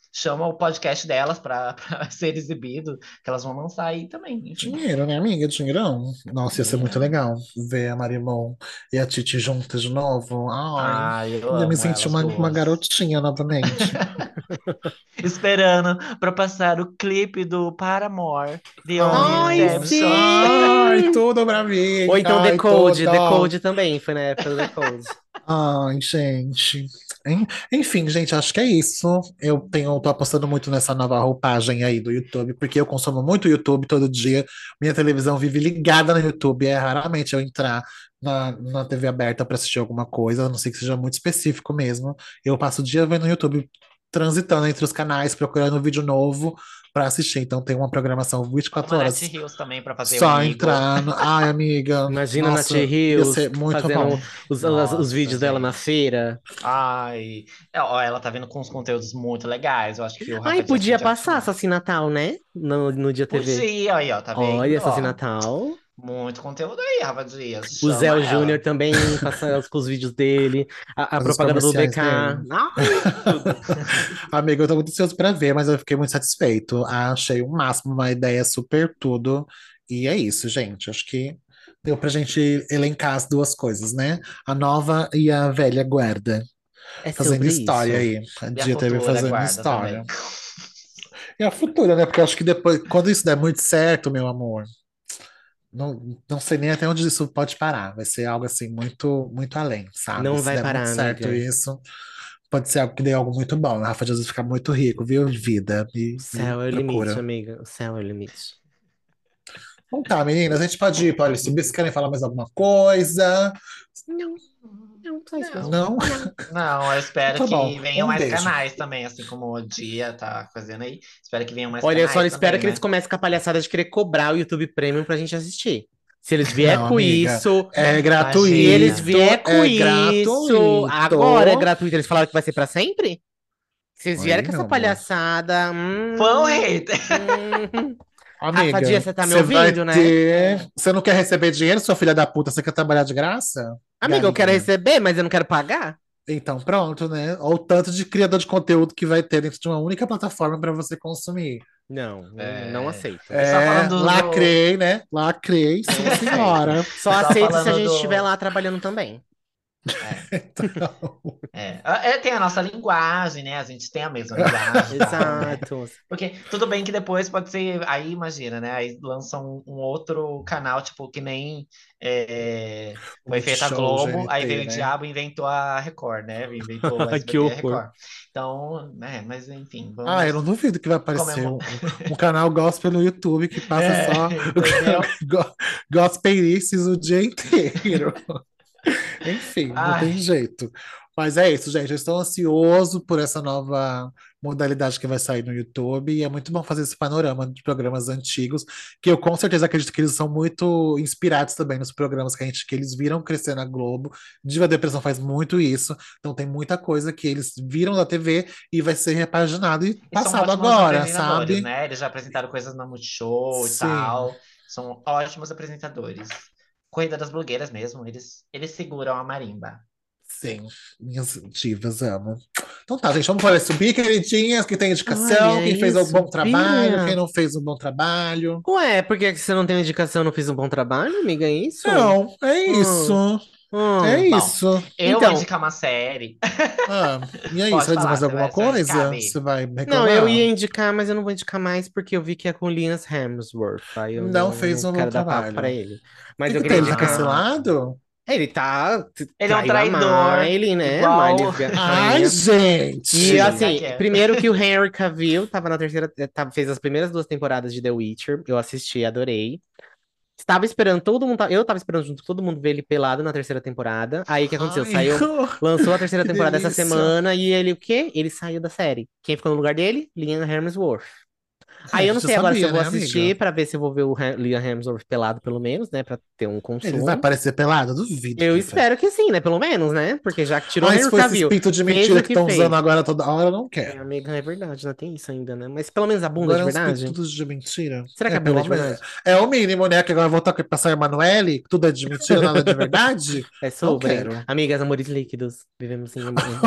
C: chama o podcast delas pra, pra ser exibido, que elas vão lançar aí também, enfim.
A: Dinheiro, né, amiga? Dinheirão. Nossa, ia ser muito
C: Dinheiro.
A: legal ver a Marimon e a Titi juntas de novo. Ai,
C: Ah, eu
A: ia me
C: amo
A: sentir
C: elas
A: uma, uma
C: duas.
A: garotinha novamente.
C: Esperando pra passar o clipe do Paramore, The Only
B: Ai,
A: Ai,
C: Exception.
A: ai,
B: sim!
A: tudo pra
B: Ou
A: mim.
B: então
A: Ai,
B: Decode,
A: tudo.
B: Decode também, foi na época do Decode.
A: Ai, gente. En- Enfim, gente, acho que é isso. Eu tenho, tô apostando muito nessa nova roupagem aí do YouTube, porque eu consumo muito YouTube todo dia. Minha televisão vive ligada no YouTube. É raramente eu entrar na, na T V aberta para assistir alguma coisa, a não ser que seja muito específico mesmo. Eu passo o dia vendo o YouTube, transitando entre os canais, procurando um vídeo novo para assistir. Então tem uma programação vinte e quatro
C: Uma Nath
A: horas
C: Hills também pra fazer o
A: só
C: amigo.
A: entrando. Ai, amiga,
B: Imagina a Nath
A: nossa, ia
B: Hills
A: ser muito bom.
B: fazendo os, os, os
C: Nossa,
B: vídeos dela na
C: gente.
B: feira.
C: Ai, é, ó, ela tá vindo com uns conteúdos muito legais. Eu acho que o
B: Ai,
C: Rafa Dias
B: podia
C: podia
B: passar
C: acostumar.
B: Saci Natal, né? No, no Dia T V.
C: Podia, aí, ó, tá vendo?
B: Olha, Saci
C: Ó,
B: Natal.
C: muito conteúdo aí, Rafa Dias.
B: O Zé
C: Chama
B: Júnior
C: ela.
B: também passa os- com os vídeos dele. A, a
A: Mas os
B: propaganda do
A: comerciais
B: B K.
A: dele.
B: Ai, tudo.
A: Amigo, eu tô muito ansioso pra ver, mas eu fiquei muito satisfeito. Achei o máximo, uma ideia super tudo. E é isso, gente. Acho que deu pra gente elencar as duas coisas, né? A nova e a velha guarda.
B: É
A: Fazendo
B: sobre
A: história
B: isso.
A: aí. A
C: E a
A: Dia T V
C: futura
A: fazendo
C: guarda
A: história.
C: também.
A: E a futura, né? Porque eu acho que depois, quando isso der muito certo, meu amor, não, não sei nem até onde isso pode parar. Vai ser algo assim muito, muito além, sabe?
B: Não
A: Se
B: vai
A: der muito
B: parar,
A: certo
B: amiga.
A: isso. Pode ser algo que dê algo muito bom. A Rafa Jesus ficar muito rico, viu? Vida.
B: O
A: E, e
B: céu é o limite,
A: procura.
B: amiga. O céu é o limite.
A: Então tá, meninas, a gente pode ir para o subir. Vocês querem falar mais alguma coisa?
B: Não, não, só isso mesmo.
C: Não.
A: Não?
B: Não.
C: Não, eu
A: Então
C: espero
A: tá bom.
C: que venham
A: Um
C: mais
A: beijo.
C: canais também, assim como o Dia tá fazendo aí. Espero que venham mais
B: Olha, eu só
C: canais
B: espero
C: também,
B: que eles
C: né?
B: comecem com a palhaçada de querer cobrar o YouTube Premium pra gente assistir. Se eles vier
A: Não,
B: com
A: amiga.
B: isso,
A: É
B: se eles
C: Imagina.
A: gratuito.
B: vier com
A: É
B: isso,
A: gratuito.
B: agora é gratuito. Eles falaram que vai ser pra sempre? Se eles vierem
A: Aí,
B: com
A: meu
B: essa
A: amor.
B: palhaçada,
C: Fã ou
B: hum,
C: hater?
B: hum. Rafa Dias,
A: Amiga,
B: você tá me
A: você vai
B: ouvindo, né?
A: ter. Você não quer receber dinheiro, sua filha da puta? Você quer trabalhar de graça?
B: Amiga, eu quero
A: Galinha.
B: receber, mas eu não quero pagar?
A: Então, pronto, né? Olha o tanto de criador de conteúdo que vai ter dentro de uma única plataforma para você consumir.
B: Não, não, não
C: É...
B: aceito.
C: E só
A: É,
C: falando do...
A: lacrei, né? Lacrei,
C: Eu
A: sim,
C: aceito.
A: senhora.
B: Só
C: E só
B: aceito se a
C: falando
B: gente estiver
C: do...
B: lá trabalhando também.
C: É,
A: Então,
C: é. É, tem a nossa linguagem, né? A gente tem a mesma linguagem e tal, né?
B: Exato.
C: Porque tudo bem que depois pode ser. Aí imagina, né? Aí lançam um, um outro canal, tipo, que nem é,
A: o
C: foi feita a
A: Multishow,
C: Globo, aí veio
A: G N T,
C: o
A: né?
C: Diabo e inventou a Record, né? Inventou o
B: Que
C: S B T e a
B: horror.
C: Record. Então, né? Mas enfim,
A: Ah, eu não
C: vamos
A: duvido que vai aparecer
C: comemorar.
A: um, um canal gospel no YouTube que passa
C: É,
A: só
C: entendeu?
A: go- gospelices o dia inteiro. Enfim, não tem
C: Ai,
A: jeito. Mas é isso, gente. Eu estou ansioso por essa nova modalidade que vai sair no YouTube. E é muito bom fazer esse panorama de programas antigos, que eu com certeza acredito que eles são muito inspirados também nos programas que a gente que eles viram crescer na Globo. Diva Depressão faz muito isso. Então tem muita coisa que eles viram da T V e vai ser repaginado e
C: e são
A: passado
C: ótimos
A: agora,
C: apresentadores,
A: sabe?
C: né? Eles já apresentaram coisas na Multishow e
A: Sim.
C: tal. São ótimos apresentadores. Corrida das blogueiras mesmo, eles, eles seguram a marimba.
A: Sim, minhas divas amo. Então tá, gente, vamos para subir, queridinhas, que tem
B: Ai,
A: indicação,
B: é
A: quem fez um
B: isso.
A: bom trabalho, quem
B: Bia.
A: não fez um bom trabalho.
B: Ué, por que que você não tem indicação? Não fiz um bom trabalho, amiga? É isso?
A: Não, é isso.
B: Hum,
A: É
B: hum.
C: Bom,
A: isso.
C: eu vou
B: Então,
C: indicar uma série.
A: Ah, e aí, você
C: Pode
A: vai dizer
C: falar,
A: mais
C: você
A: alguma
C: vai, você vai indicar,
A: coisa?
C: B?
A: Você vai
B: não, eu
A: reclamar?
B: ia indicar, mas eu não vou indicar mais porque eu vi que é com Linus Hemsworth. Aí eu
A: Não
B: não,
A: fez
B: não
A: um bom
B: quero dar palco
A: trabalho.
B: pra
A: O
B: ele. Mas
A: que
B: eu
A: que
B: queria
A: tem? Ele tá
B: indicar.
C: Ah,
A: cancelado?
B: Ele tá. t-
C: ele é um
B: Traiu a
C: traidor,
B: Miley, né?
C: igual.
B: Miley, ga-
A: Ai,
B: rainha. E
C: Deixa eu
A: gente!
C: ficar
B: assim,
C: quieto.
B: primeiro que o Henry Cavill tava na terceira, eh, tava, fez as primeiras duas temporadas de The Witcher. Eu assisti, adorei. Estava esperando todo mundo, eu tava esperando junto com todo mundo ver ele pelado na terceira temporada. Aí o que aconteceu?
A: Ai,
B: Saiu, lançou a terceira
A: que
B: temporada essa
A: delícia!
B: semana e ele o quê? Ele saiu da série. Quem ficou no lugar dele? Liam Hemsworth. Aí
A: É,
B: eu não
A: você
B: sei agora se eu
A: sabia,
B: vou
A: né, amiga?
B: assistir pra ver se eu vou ver o Ham- Liam Hemsworth pelado, pelo menos, né? Pra ter um
A: Ele vai
B: consumo.
A: aparecer pelado? Duvido
B: Eu
A: que vai.
B: espero que sim, né? Pelo menos, né? Porque já que tirou o
A: Ai, se
B: Henry
A: for esses
B: Cavill,
A: pintos de
B: fez
A: mentira
B: o
A: que
B: que
A: estão usando
B: fez.
A: agora toda hora, eu não
B: É,
A: quero.
B: amiga, é verdade, ainda tem isso ainda, né? Mas pelo menos a bunda é de
A: Agora é uns pintos
B: verdade?
A: todos de mentira.
B: Será que
A: É,
B: a bunda é
A: pelo
B: de
A: menos.
B: verdade?
A: É o mínimo, né? Que agora eu vou voltar com passar Emanuele, tudo é de mentira, nada de verdade.
B: É
A: Não
B: sobre, hein?
A: quero.
B: Amigas, amores líquidos. Vivemos em amor.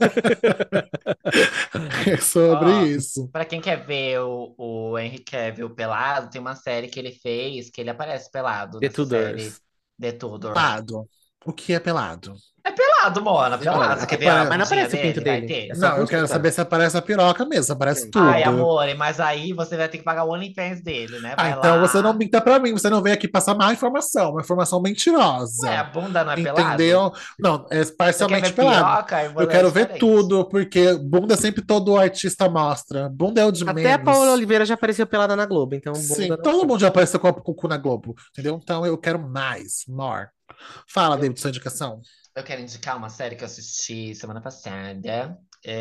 A: É sobre
C: Ó,
A: isso.
C: pra quem quer ver o, o Henry Cavill pelado, tem uma série que ele fez que ele aparece pelado
B: The
C: nessa
B: Tudors.
C: série The Tudor.
A: Pelado. O que é pelado?
C: É pelado, Mona, pelado. Você quer ver a
B: Mas não
C: bundinha
B: aparece o pinto
C: dele? Vai
B: dele. É
C: ter.
B: só a
A: Não, eu quero
B: cutuca.
A: saber se aparece a piroca mesmo, se aparece
B: Pronto.
C: Ai,
A: tudo.
C: amor, mas aí você vai ter que pagar o OnlyFans dele, né?
A: Ah,
C: Vai
A: então você não
C: lá.
A: minta pra mim, você não vem aqui passar má informação, uma informação
C: Ué, a
A: mentirosa.
C: bunda não é pelado?
A: Entendeu? Não, é
C: Você quer
A: parcialmente
C: ver
A: pelado.
C: piroca? Aí
A: Eu
C: é
A: quero ver
C: diferente.
A: tudo, porque bunda sempre todo artista mostra. Bunda é o de
B: Até a Paola
A: menos.
B: Oliveira já apareceu pelada na Globo, então
A: Sim,
B: bunda não
A: todo
B: conta.
A: mundo já apareceu com o cu na Globo, entendeu? Então eu quero mais, more. Fala,
C: Eu,
A: David, sua indicação.
C: eu quero indicar uma série que eu assisti semana passada,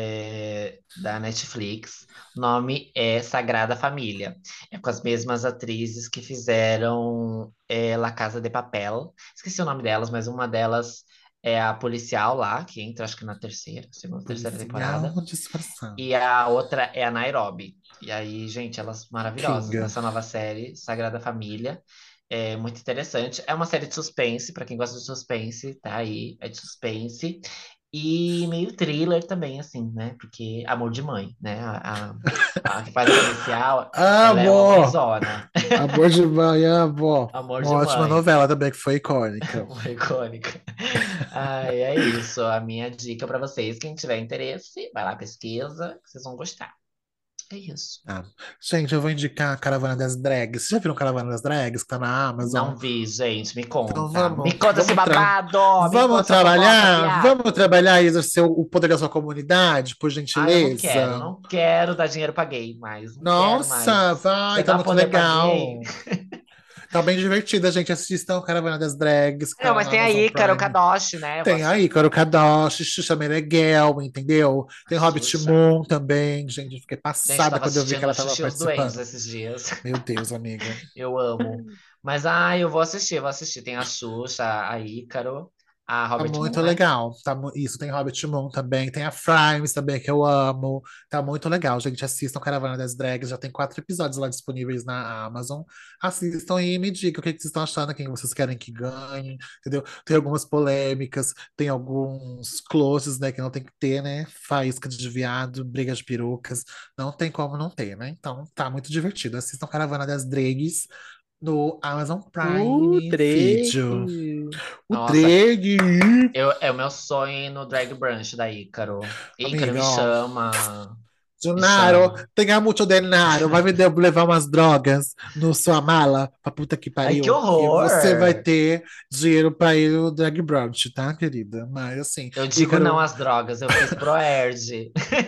C: é, da Netflix. O nome é Sagrada Família. É com as mesmas atrizes que fizeram é, La Casa de Papel. Esqueci o nome delas, mas uma delas é a policial lá, que entra acho que na terceira, segunda, terceira temporada.
A: Policial disfarçado.
C: E a outra é a Nairobi. E aí, gente, elas maravilhosas
A: Kinga.
C: nessa nova série, Sagrada Família. É muito interessante. É uma série de suspense, pra quem gosta de suspense, tá aí, é de suspense. E meio thriller também, assim, né? Porque amor de mãe, né? A, a, a que faz a policial, ela é uma
A: Amor!
C: mãezona.
A: Amor de mãe, amor.
C: Amor
A: Uma
C: de
A: ótima
C: mãe.
A: novela também, que foi icônica.
C: Uma icônica. Ai, é isso. A minha dica pra vocês. Quem tiver interesse, vai lá, pesquisa, que vocês vão gostar. É isso.
A: Ah, gente, eu vou indicar a Caravana das Drags. Vocês já viram Caravana das Drags, que tá na Amazon?
C: Não vi, gente. Me
A: Então
C: conta. Me
A: vamos,
C: conta esse
A: vamos, tra
C: babado. Me
A: vamos
C: conta essa fofoca,
A: trabalhar, vamos
C: viado.
A: trabalhar e exercer o o poder da sua comunidade, por
C: Ah, eu não quero.
A: gentileza.
C: Não quero dar dinheiro pra gay mais. Não quero
A: Nossa,
C: mais.
A: vai,
C: Você
A: tá
C: dá
A: muito
C: poder pra gay?
A: legal. Tá bem divertida, gente. Assistam Caravana das Drags, que
C: Não,
A: tá
C: mas
A: na
C: tem
A: Amazon
C: aí, Carol
A: Prime.
C: Kadosh, né? Eu vou
A: Tem aí
C: assistir.
A: Caro Kadoshi, Xuxa Meneghel, entendeu?
C: A
A: Tem Hobbit
C: Xuxa.
A: Moon também. Gente, eu fiquei
C: Gente,
A: passada
C: tava
A: quando eu vi que ela
C: assistindo
A: tava
C: Xuxa e os Duendes
A: participando.
C: esses dias.
A: Meu Deus, amiga.
C: Eu amo. Mas, ah, eu vou assistir, vou assistir. Tem a Xuxa, a Ícaro, a
A: Tá
C: Robert Moon,
A: muito
C: né?
A: legal. Tá, mu- isso, tem Hobbit Moon também. Tem a Frames também, que eu amo. Tá muito legal, gente. Assistam Caravana das Drags. Já tem quatro episódios lá disponíveis na Amazon. Assistam e me digam o que que vocês estão achando, quem vocês querem que ganhe, entendeu? Tem algumas polêmicas, tem alguns closes, né, que não tem que ter, né? Faísca de viado, briga de perucas. Não tem como não ter, né? Então tá muito divertido. Assistam Caravana das Drags no Amazon
B: O
A: Prime Video.
B: Drake.
A: O
C: Nossa,
A: Drag!
C: eu, é o meu sonho ir no Drag Brunch da Ícaro. Ícaro, me
A: Amiga, ó.
C: chama. Me
A: Junaro,
C: chama.
A: tenha muito dinheiro, vai me de- levar umas drogas no sua mala, pra puta que
C: Ai, que
A: pariu. E você vai
C: horror!
A: ter dinheiro pra ir no drag brunch, tá, querida? Mas assim,
C: Eu digo não
A: Ícaro.
C: às drogas, eu fiz Proerd.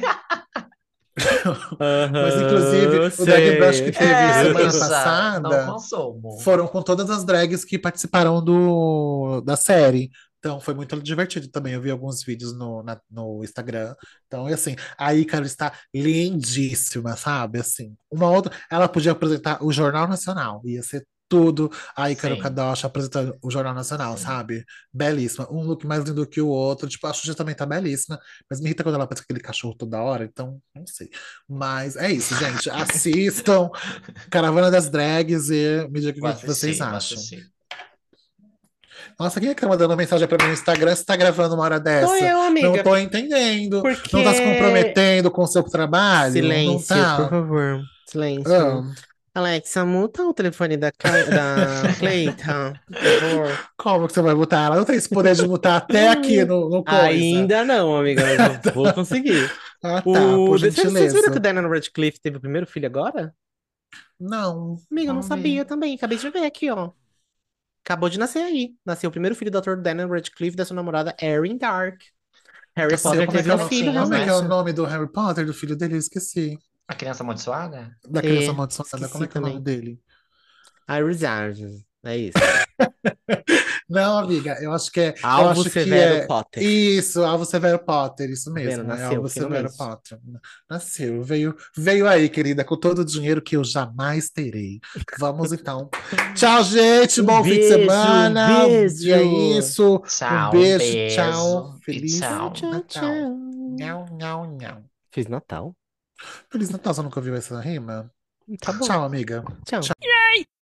A: Mas
B: Aham,
A: inclusive,
B: eu
A: o drag brunch que
B: sei.
A: teve
C: É,
A: semana
C: bicha, não
A: passada
C: consumo.
A: foram com todas as drags que participaram do, da série. Então foi muito divertido também. Eu vi alguns vídeos no, na- no Instagram. Então, e assim, a Ícaro está lindíssima, sabe? Assim, uma outra. Ela podia apresentar o Jornal Nacional. Ia ser tudo a Ícaro
C: Sim,
A: Kadosh apresentando o Jornal Nacional,
C: sim.
A: sabe? Belíssima. Um look mais lindo que o outro. Tipo, a Xuxa também tá belíssima. Mas me irrita quando ela aparece com aquele cachorro toda hora. Então, não sei. Mas é isso, gente. Assistam. Caravana das Drags e me diga o
C: Vou
A: que que vocês
C: assistir, vou
A: acham.
C: assistir.
A: Nossa, quem é que tá mandando mensagem pra mim no Instagram? Você tá gravando uma hora
B: Sou
A: dessa?
B: eu,
A: Não
B: amiga.
A: tô entendendo. Não tá se
B: Porque.
A: comprometendo com o seu trabalho? Não
B: Silêncio, por
A: tá?
B: favor. Silêncio.
A: Ah,
B: Alexa, muta o telefone da, Cle... da Cleita, por favor.
A: como que você vai mutar? Ela não tem esse poder de mutar até aqui no, no coisa.
B: Ainda não, amiga, mas eu vou conseguir.
A: Ah, tá,
B: O...
A: por
B: Vocês vocês viram que o
A: gentileza.
B: Daniel Radcliffe teve o primeiro filho agora?
A: Não.
B: Amiga, eu não
C: Vamos ver.
B: sabia também. Acabei de ver aqui, ó. Acabou de nascer aí. Nasceu o primeiro filho do ator Daniel Radcliffe e da sua namorada Erin Dark. Harry
A: Nasceu,
B: Potter
A: como é que
B: teve
A: é
B: um
A: o, no-
B: filho,
C: Bonitinhos,
A: como é que é
C: né?
A: o
B: realmente.
A: nome do Harry Potter, do filho dele? Eu esqueci.
C: A criança amaldiçoada?
A: Da criança
B: É,
A: amaldiçoada, como
B: esqueci
A: é que é o nome
B: também.
A: dele?
B: Iris É isso.
A: Não, amiga, eu acho que é. Eu
B: Alvo
A: acho que
B: Severo
A: é.
B: Potter.
A: Isso, Alvo Severo Potter, isso
B: Tá vendo?
A: mesmo, é
B: Nasceu,
A: Alvo Severo
B: finalmente.
A: Potter. Nasceu, veio, veio aí, querida, com todo o dinheiro que eu jamais terei. Vamos então. Tchau, gente,
B: Um
A: bom fim de
B: beijo, um
A: semana. E é
B: beijo.
A: isso. Um
C: Tchau, um
A: beijo, tchau.
C: beijo e
A: Feliz
B: Tchau,
C: tchau.
B: tchau,
A: Natal.
B: tchau.
A: Nhau, nhau, nhau.
B: Feliz Natal.
A: Feliz Natal, você nunca ouviu essa rima?
B: Tá bom.
A: Tchau, amiga.
B: Tchau.